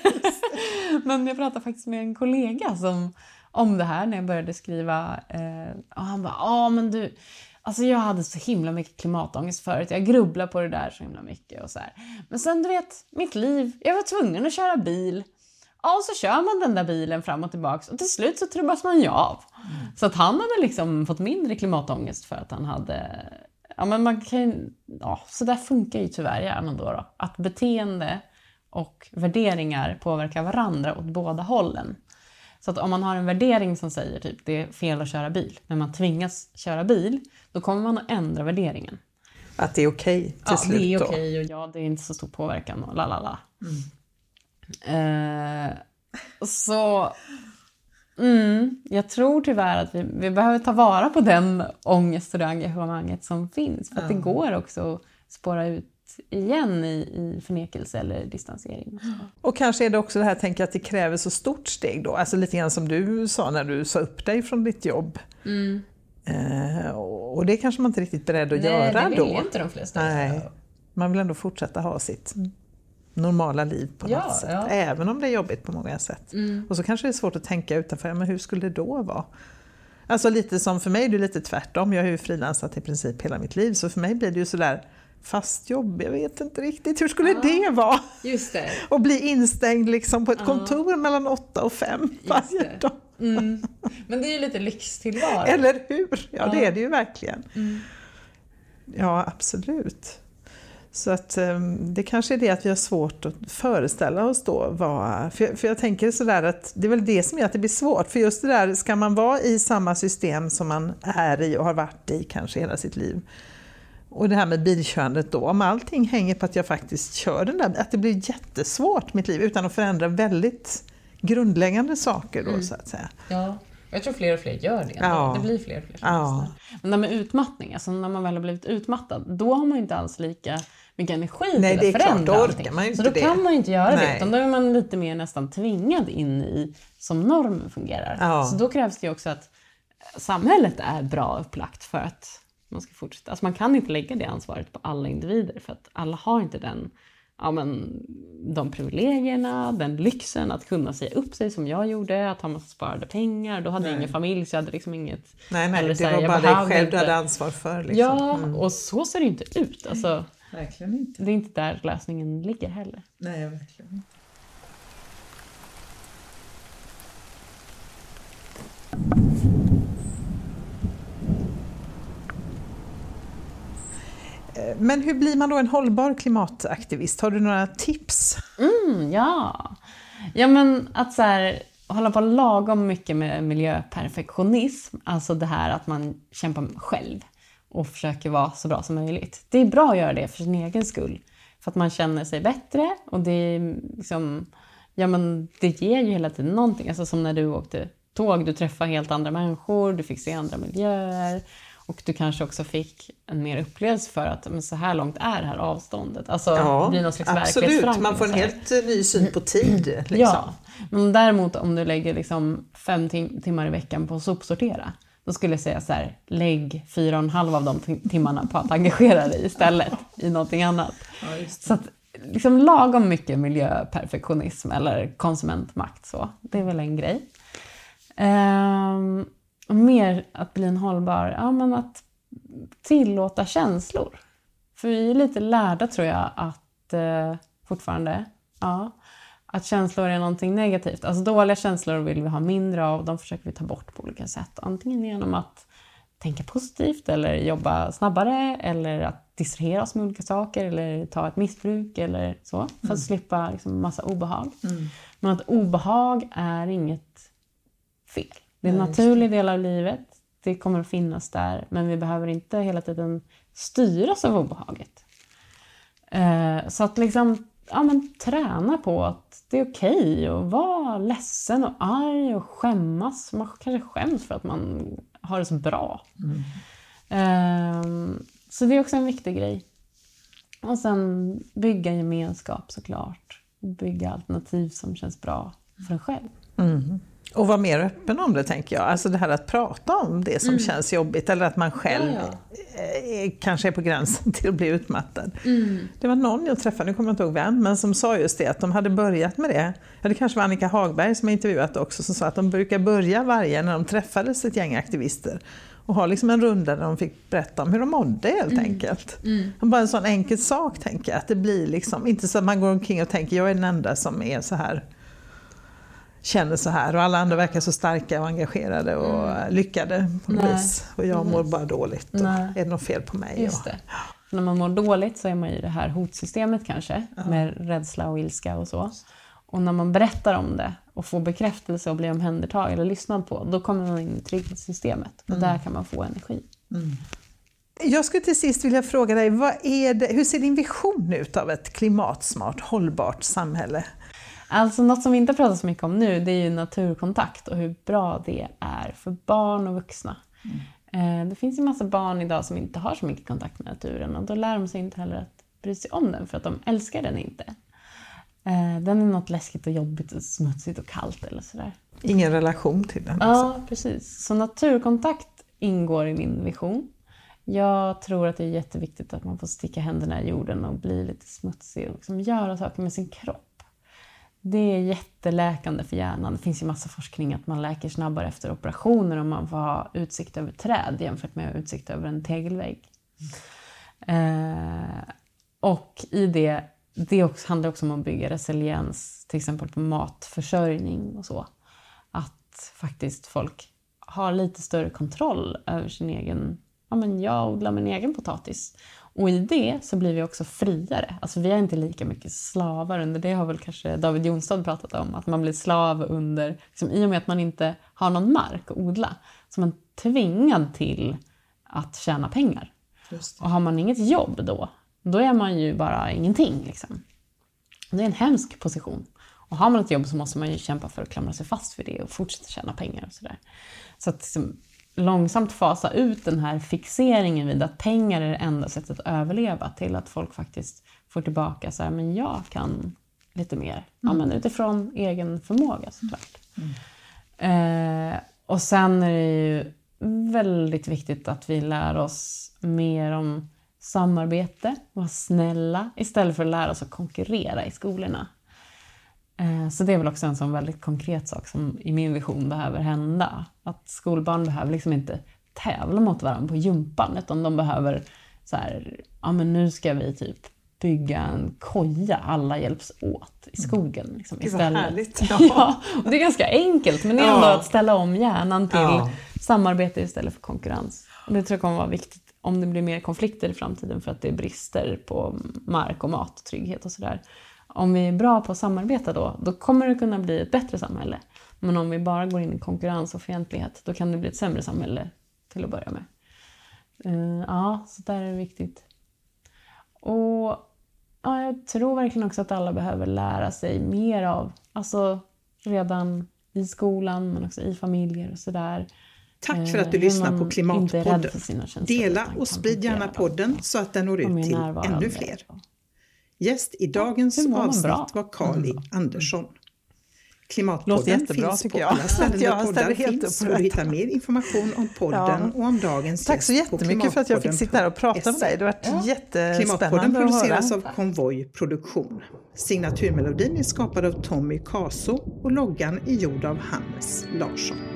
Men jag pratade faktiskt med en kollega som om det här när jag började skriva eh, och han bara, ja men du alltså jag hade så himla mycket klimatångest förut, jag grubblade på det där så himla mycket och så här. Men sen du vet, mitt liv, jag var tvungen att köra bil ja, och så kör man den där bilen fram och tillbaka och till slut så trubbas man ju av. Mm. Så att han hade liksom fått mindre klimatångest för att han hade ja men man kan ja, så där funkar ju tyvärr hjärnan då, då att beteende och värderingar påverkar varandra åt båda hållen. Så att om man har en värdering som säger typ det är fel att köra bil. När man tvingas köra bil, då kommer man att ändra värderingen. Att det är okej okay till ja, slut då? Ja, det är okej okay och ja, det är inte så stor påverkan och lalala. Mm. Eh, så mm, jag tror tyvärr att vi, vi behöver ta vara på den ångest och det engagemanget som finns. För att mm. det går också att spåra ut igen i, i förnekelse eller distansering. Och kanske är det också det här tänker att det kräver så stort steg då. Alltså lite grann som du sa när du sa upp dig från ditt jobb. Mm. Eh, och det kanske man inte riktigt beredd att Nej, göra då. Nej, det vill inte de flesta. Nej, man vill ändå fortsätta ha sitt normala liv på ja, något sätt. Ja. Även om det är jobbigt på många sätt. Mm. Och så kanske det är svårt att tänka utanför, men hur skulle det då vara? Alltså lite som för mig, det är lite tvärtom. Jag har ju frilansat i princip hela mitt liv. Så för mig blir det ju sådär fast jobb, jag vet inte riktigt. Hur skulle ja, det vara? Just det. Och bli instängd liksom på ett ja. kontor mellan åtta och fem varje dag. Mm. Men det är ju lite lyxtillvaro. Eller hur? Ja, ja, det är det ju verkligen. Mm. Ja, absolut. Så att um, det kanske är det att vi har svårt att föreställa oss då vad, för, för jag tänker sådär att det är väl det som gör att det blir svårt. För just det där, ska man vara i samma system som man är i och har varit i kanske hela sitt liv. Och det här med bilkörandet då, om allting hänger på att jag faktiskt kör den där, att det blir jättesvårt mitt liv utan att förändra väldigt grundläggande saker då mm. så att säga. Ja, Jag tror fler och fler gör det. Ja. Det blir fler och fler. Ja. Men det med utmattning, alltså när man väl har blivit utmattad, då har man ju inte alls lika mycket energi Nej, till att förändra klart, allting. man ju så då det. kan man ju inte göra Nej. det, utan då är man lite mer nästan tvingad in i som normen fungerar. Ja. Så då krävs det ju också att samhället är bra upplagt för att man ska fortsätta. Alltså man kan inte lägga det ansvaret på alla individer, för att alla har inte den, ja men, de privilegierna, den lyxen att kunna säga upp sig som jag gjorde, att ha massa sparade pengar. Då hade jag ingen familj, så jag hade liksom inget... Nej, nej, det så här, var bara dig själv du hade ansvar för. Liksom. Ja, mm. och så ser det inte ut. Alltså, Verkligen inte. det är inte där lösningen ligger heller. Nej, verkligen inte. Men hur blir man då en hållbar klimataktivist? Har du några tips? Mm, ja. Ja, men att så här, hålla på lagom mycket med miljöperfektionism. Alltså det här att man kämpar själv och försöker vara så bra som möjligt. Det är bra att göra det för sin egen skull. För att man känner sig bättre, och det är liksom, ja men det ger ju hela tiden någonting. Alltså som när du åkte tåg, du träffade helt andra människor, du fick se andra miljöer. Och du kanske också fick en mer upplevelse för att men så här långt är det här avståndet. Alltså Ja, det blir någon slags absolut. Man får en helt ny syn på tid. Liksom. Ja, men däremot om du lägger liksom fem tim- timmar i veckan på att sopsortera, då skulle jag säga så här, lägg fyra och en halv av de t- timmarna på att engagera dig istället i någonting annat. Ja, så att liksom lagom mycket miljöperfektionism eller konsumentmakt, så det är väl en grej. Um, Och mer att bli en hållbar, ja men att tillåta känslor. För vi är lite lärda, tror jag, att eh, fortfarande, ja, att känslor är någonting negativt. Alltså dåliga känslor vill vi ha mindre av, de försöker vi ta bort på olika sätt. Antingen genom att tänka positivt eller jobba snabbare, eller att distrahera oss med olika saker, eller ta ett missbruk eller så, för att mm. slippa liksom massa obehag. Mm. Men att obehag är inget fel. Det är en naturlig del av livet. Det kommer att finnas där. Men vi behöver inte hela tiden styras av obehaget. Eh, så att liksom, ja, men, träna på att det är okej att vara ledsen och arg och skämmas. Man kanske skäms för att man har det så bra. Mm. Eh, så det är också en viktig grej. Och sen bygga gemenskap, såklart. Bygga alternativ som känns bra för en själv. Mm. Och vara mer öppen om det, tänker jag. Alltså det här att prata om det som mm. känns jobbigt, eller att man själv ja, ja. Är, kanske är på gränsen till att bli utmattad. Mm. Det var någon jag träffade, nu kommer jag inte ihåg vem, men som sa just det, att de hade börjat med det. Ja, det kanske var Annika Hagberg som har intervjuat också, som sa att de brukar börja varje, när de träffades ett gäng aktivister, och ha liksom en runda där de fick berätta om hur de mådde helt mm. enkelt. Mm. Bara en sån enkel sak, tänker jag. Att det blir liksom, inte så att man går omkring och tänker, jag är den enda som är så här, känner så här, och alla andra verkar så starka och engagerade och mm. lyckade på något vis. Och jag mår bara dåligt. Och är det något fel på mig? Just det. För när man mår dåligt så är man i det här hotsystemet kanske, ja. Med rädsla och ilska och så. Och när man berättar om det och får bekräftelse och blir omhändertagen eller lyssnad på, då kommer man in i trygghetssystemet. Och mm. där kan man få energi. Mm. Jag skulle till sist vilja fråga dig, vad är det, hur ser din vision ut av ett klimatsmart, hållbart samhälle? Alltså något som vi inte pratar så mycket om nu, det är ju naturkontakt och hur bra det är för barn och vuxna. Mm. Det finns ju massa barn idag som inte har så mycket kontakt med naturen, och då lär de sig inte heller att bry sig om den för att de älskar den inte. Den är något läskigt och jobbigt och smutsigt och kallt eller sådär. Ingen relation till den. Ja, alltså. Precis. Så naturkontakt ingår i min vision. Jag tror att det är jätteviktigt att man får sticka händerna i jorden och bli lite smutsig och liksom göra saker med sin kropp. Det är jätteläkande för hjärnan. Det finns ju massa forskning att man läker snabbare efter operationer om man får ha utsikt över träd jämfört med utsikt över en tegelvägg. Mm. Eh, och i det, det också, handlar också om att bygga resiliens, till exempel på matförsörjning och så. Att faktiskt folk har lite större kontroll över sin egen, ja men jag odlar min egen potatis. Och i det så blir vi också friare. Alltså vi är inte lika mycket slavar under det, har väl kanske David Jonstad pratat om. Att man blir slav under, liksom, i och med att man inte har någon mark att odla. Så man är tvingad till att tjäna pengar. Och har man inget jobb då, då är man ju bara ingenting. Liksom. Det är en hemsk position. Och har man ett jobb så måste man ju kämpa för att klamra sig fast vid det och fortsätta tjäna pengar och sådär. Så att liksom, långsamt fasa ut den här fixeringen vid att pengar är det enda sättet att överleva, till att folk faktiskt får tillbaka så här, men jag kan lite mer. Mm. Ja, men utifrån egen förmåga såklart. Mm. Eh, och sen är det ju väldigt viktigt att vi lär oss mer om samarbete, vara snälla, istället för att lära oss att konkurrera i skolorna. Eh, så det är väl också en sån väldigt konkret sak som i min vision behöver hända. Att skolbarn behöver liksom inte tävla mot varandra på gympan, utan de behöver så här, ja men nu ska vi typ bygga en koja, alla hjälps åt i skogen. Liksom, det var härligt. Ja. Ja, och det är ganska enkelt, men det är ändå ja. att ställa om hjärnan till ja. samarbete istället för konkurrens. Och det tror jag kommer vara viktigt om det blir mer konflikter i framtiden, för att det är brister på mark och mat och trygghet och sådär. Om vi är bra på att samarbeta då, då kommer det kunna bli ett bättre samhälle. Men om vi bara går in i konkurrens och fientlighet, då kan det bli ett sämre samhälle till att börja med. Uh, ja, så där är det viktigt. Och ja, jag tror verkligen också att alla behöver lära sig mer av, alltså redan i skolan men också i familjer och sådär. Tack för att du eh, lyssnar på Klimatpodden. Dela och sprid gärna podden så att den når ut till ännu fler. Gäst i dagens ja, avsnitt var Kali mm. Andersson. Klimatpodden jättebra, finns på alla ställen där poddar finns, och du hittar mer information om podden ja. och om dagens Tack så jättemycket för att jag fick sitta här och prata med dig. Det har varit ja. jättespännande. Klimatpodden produceras av Konvoj Produktion. Signaturmelodin är skapad av Tommy Kaso och loggan är gjord av Hannes Larsson.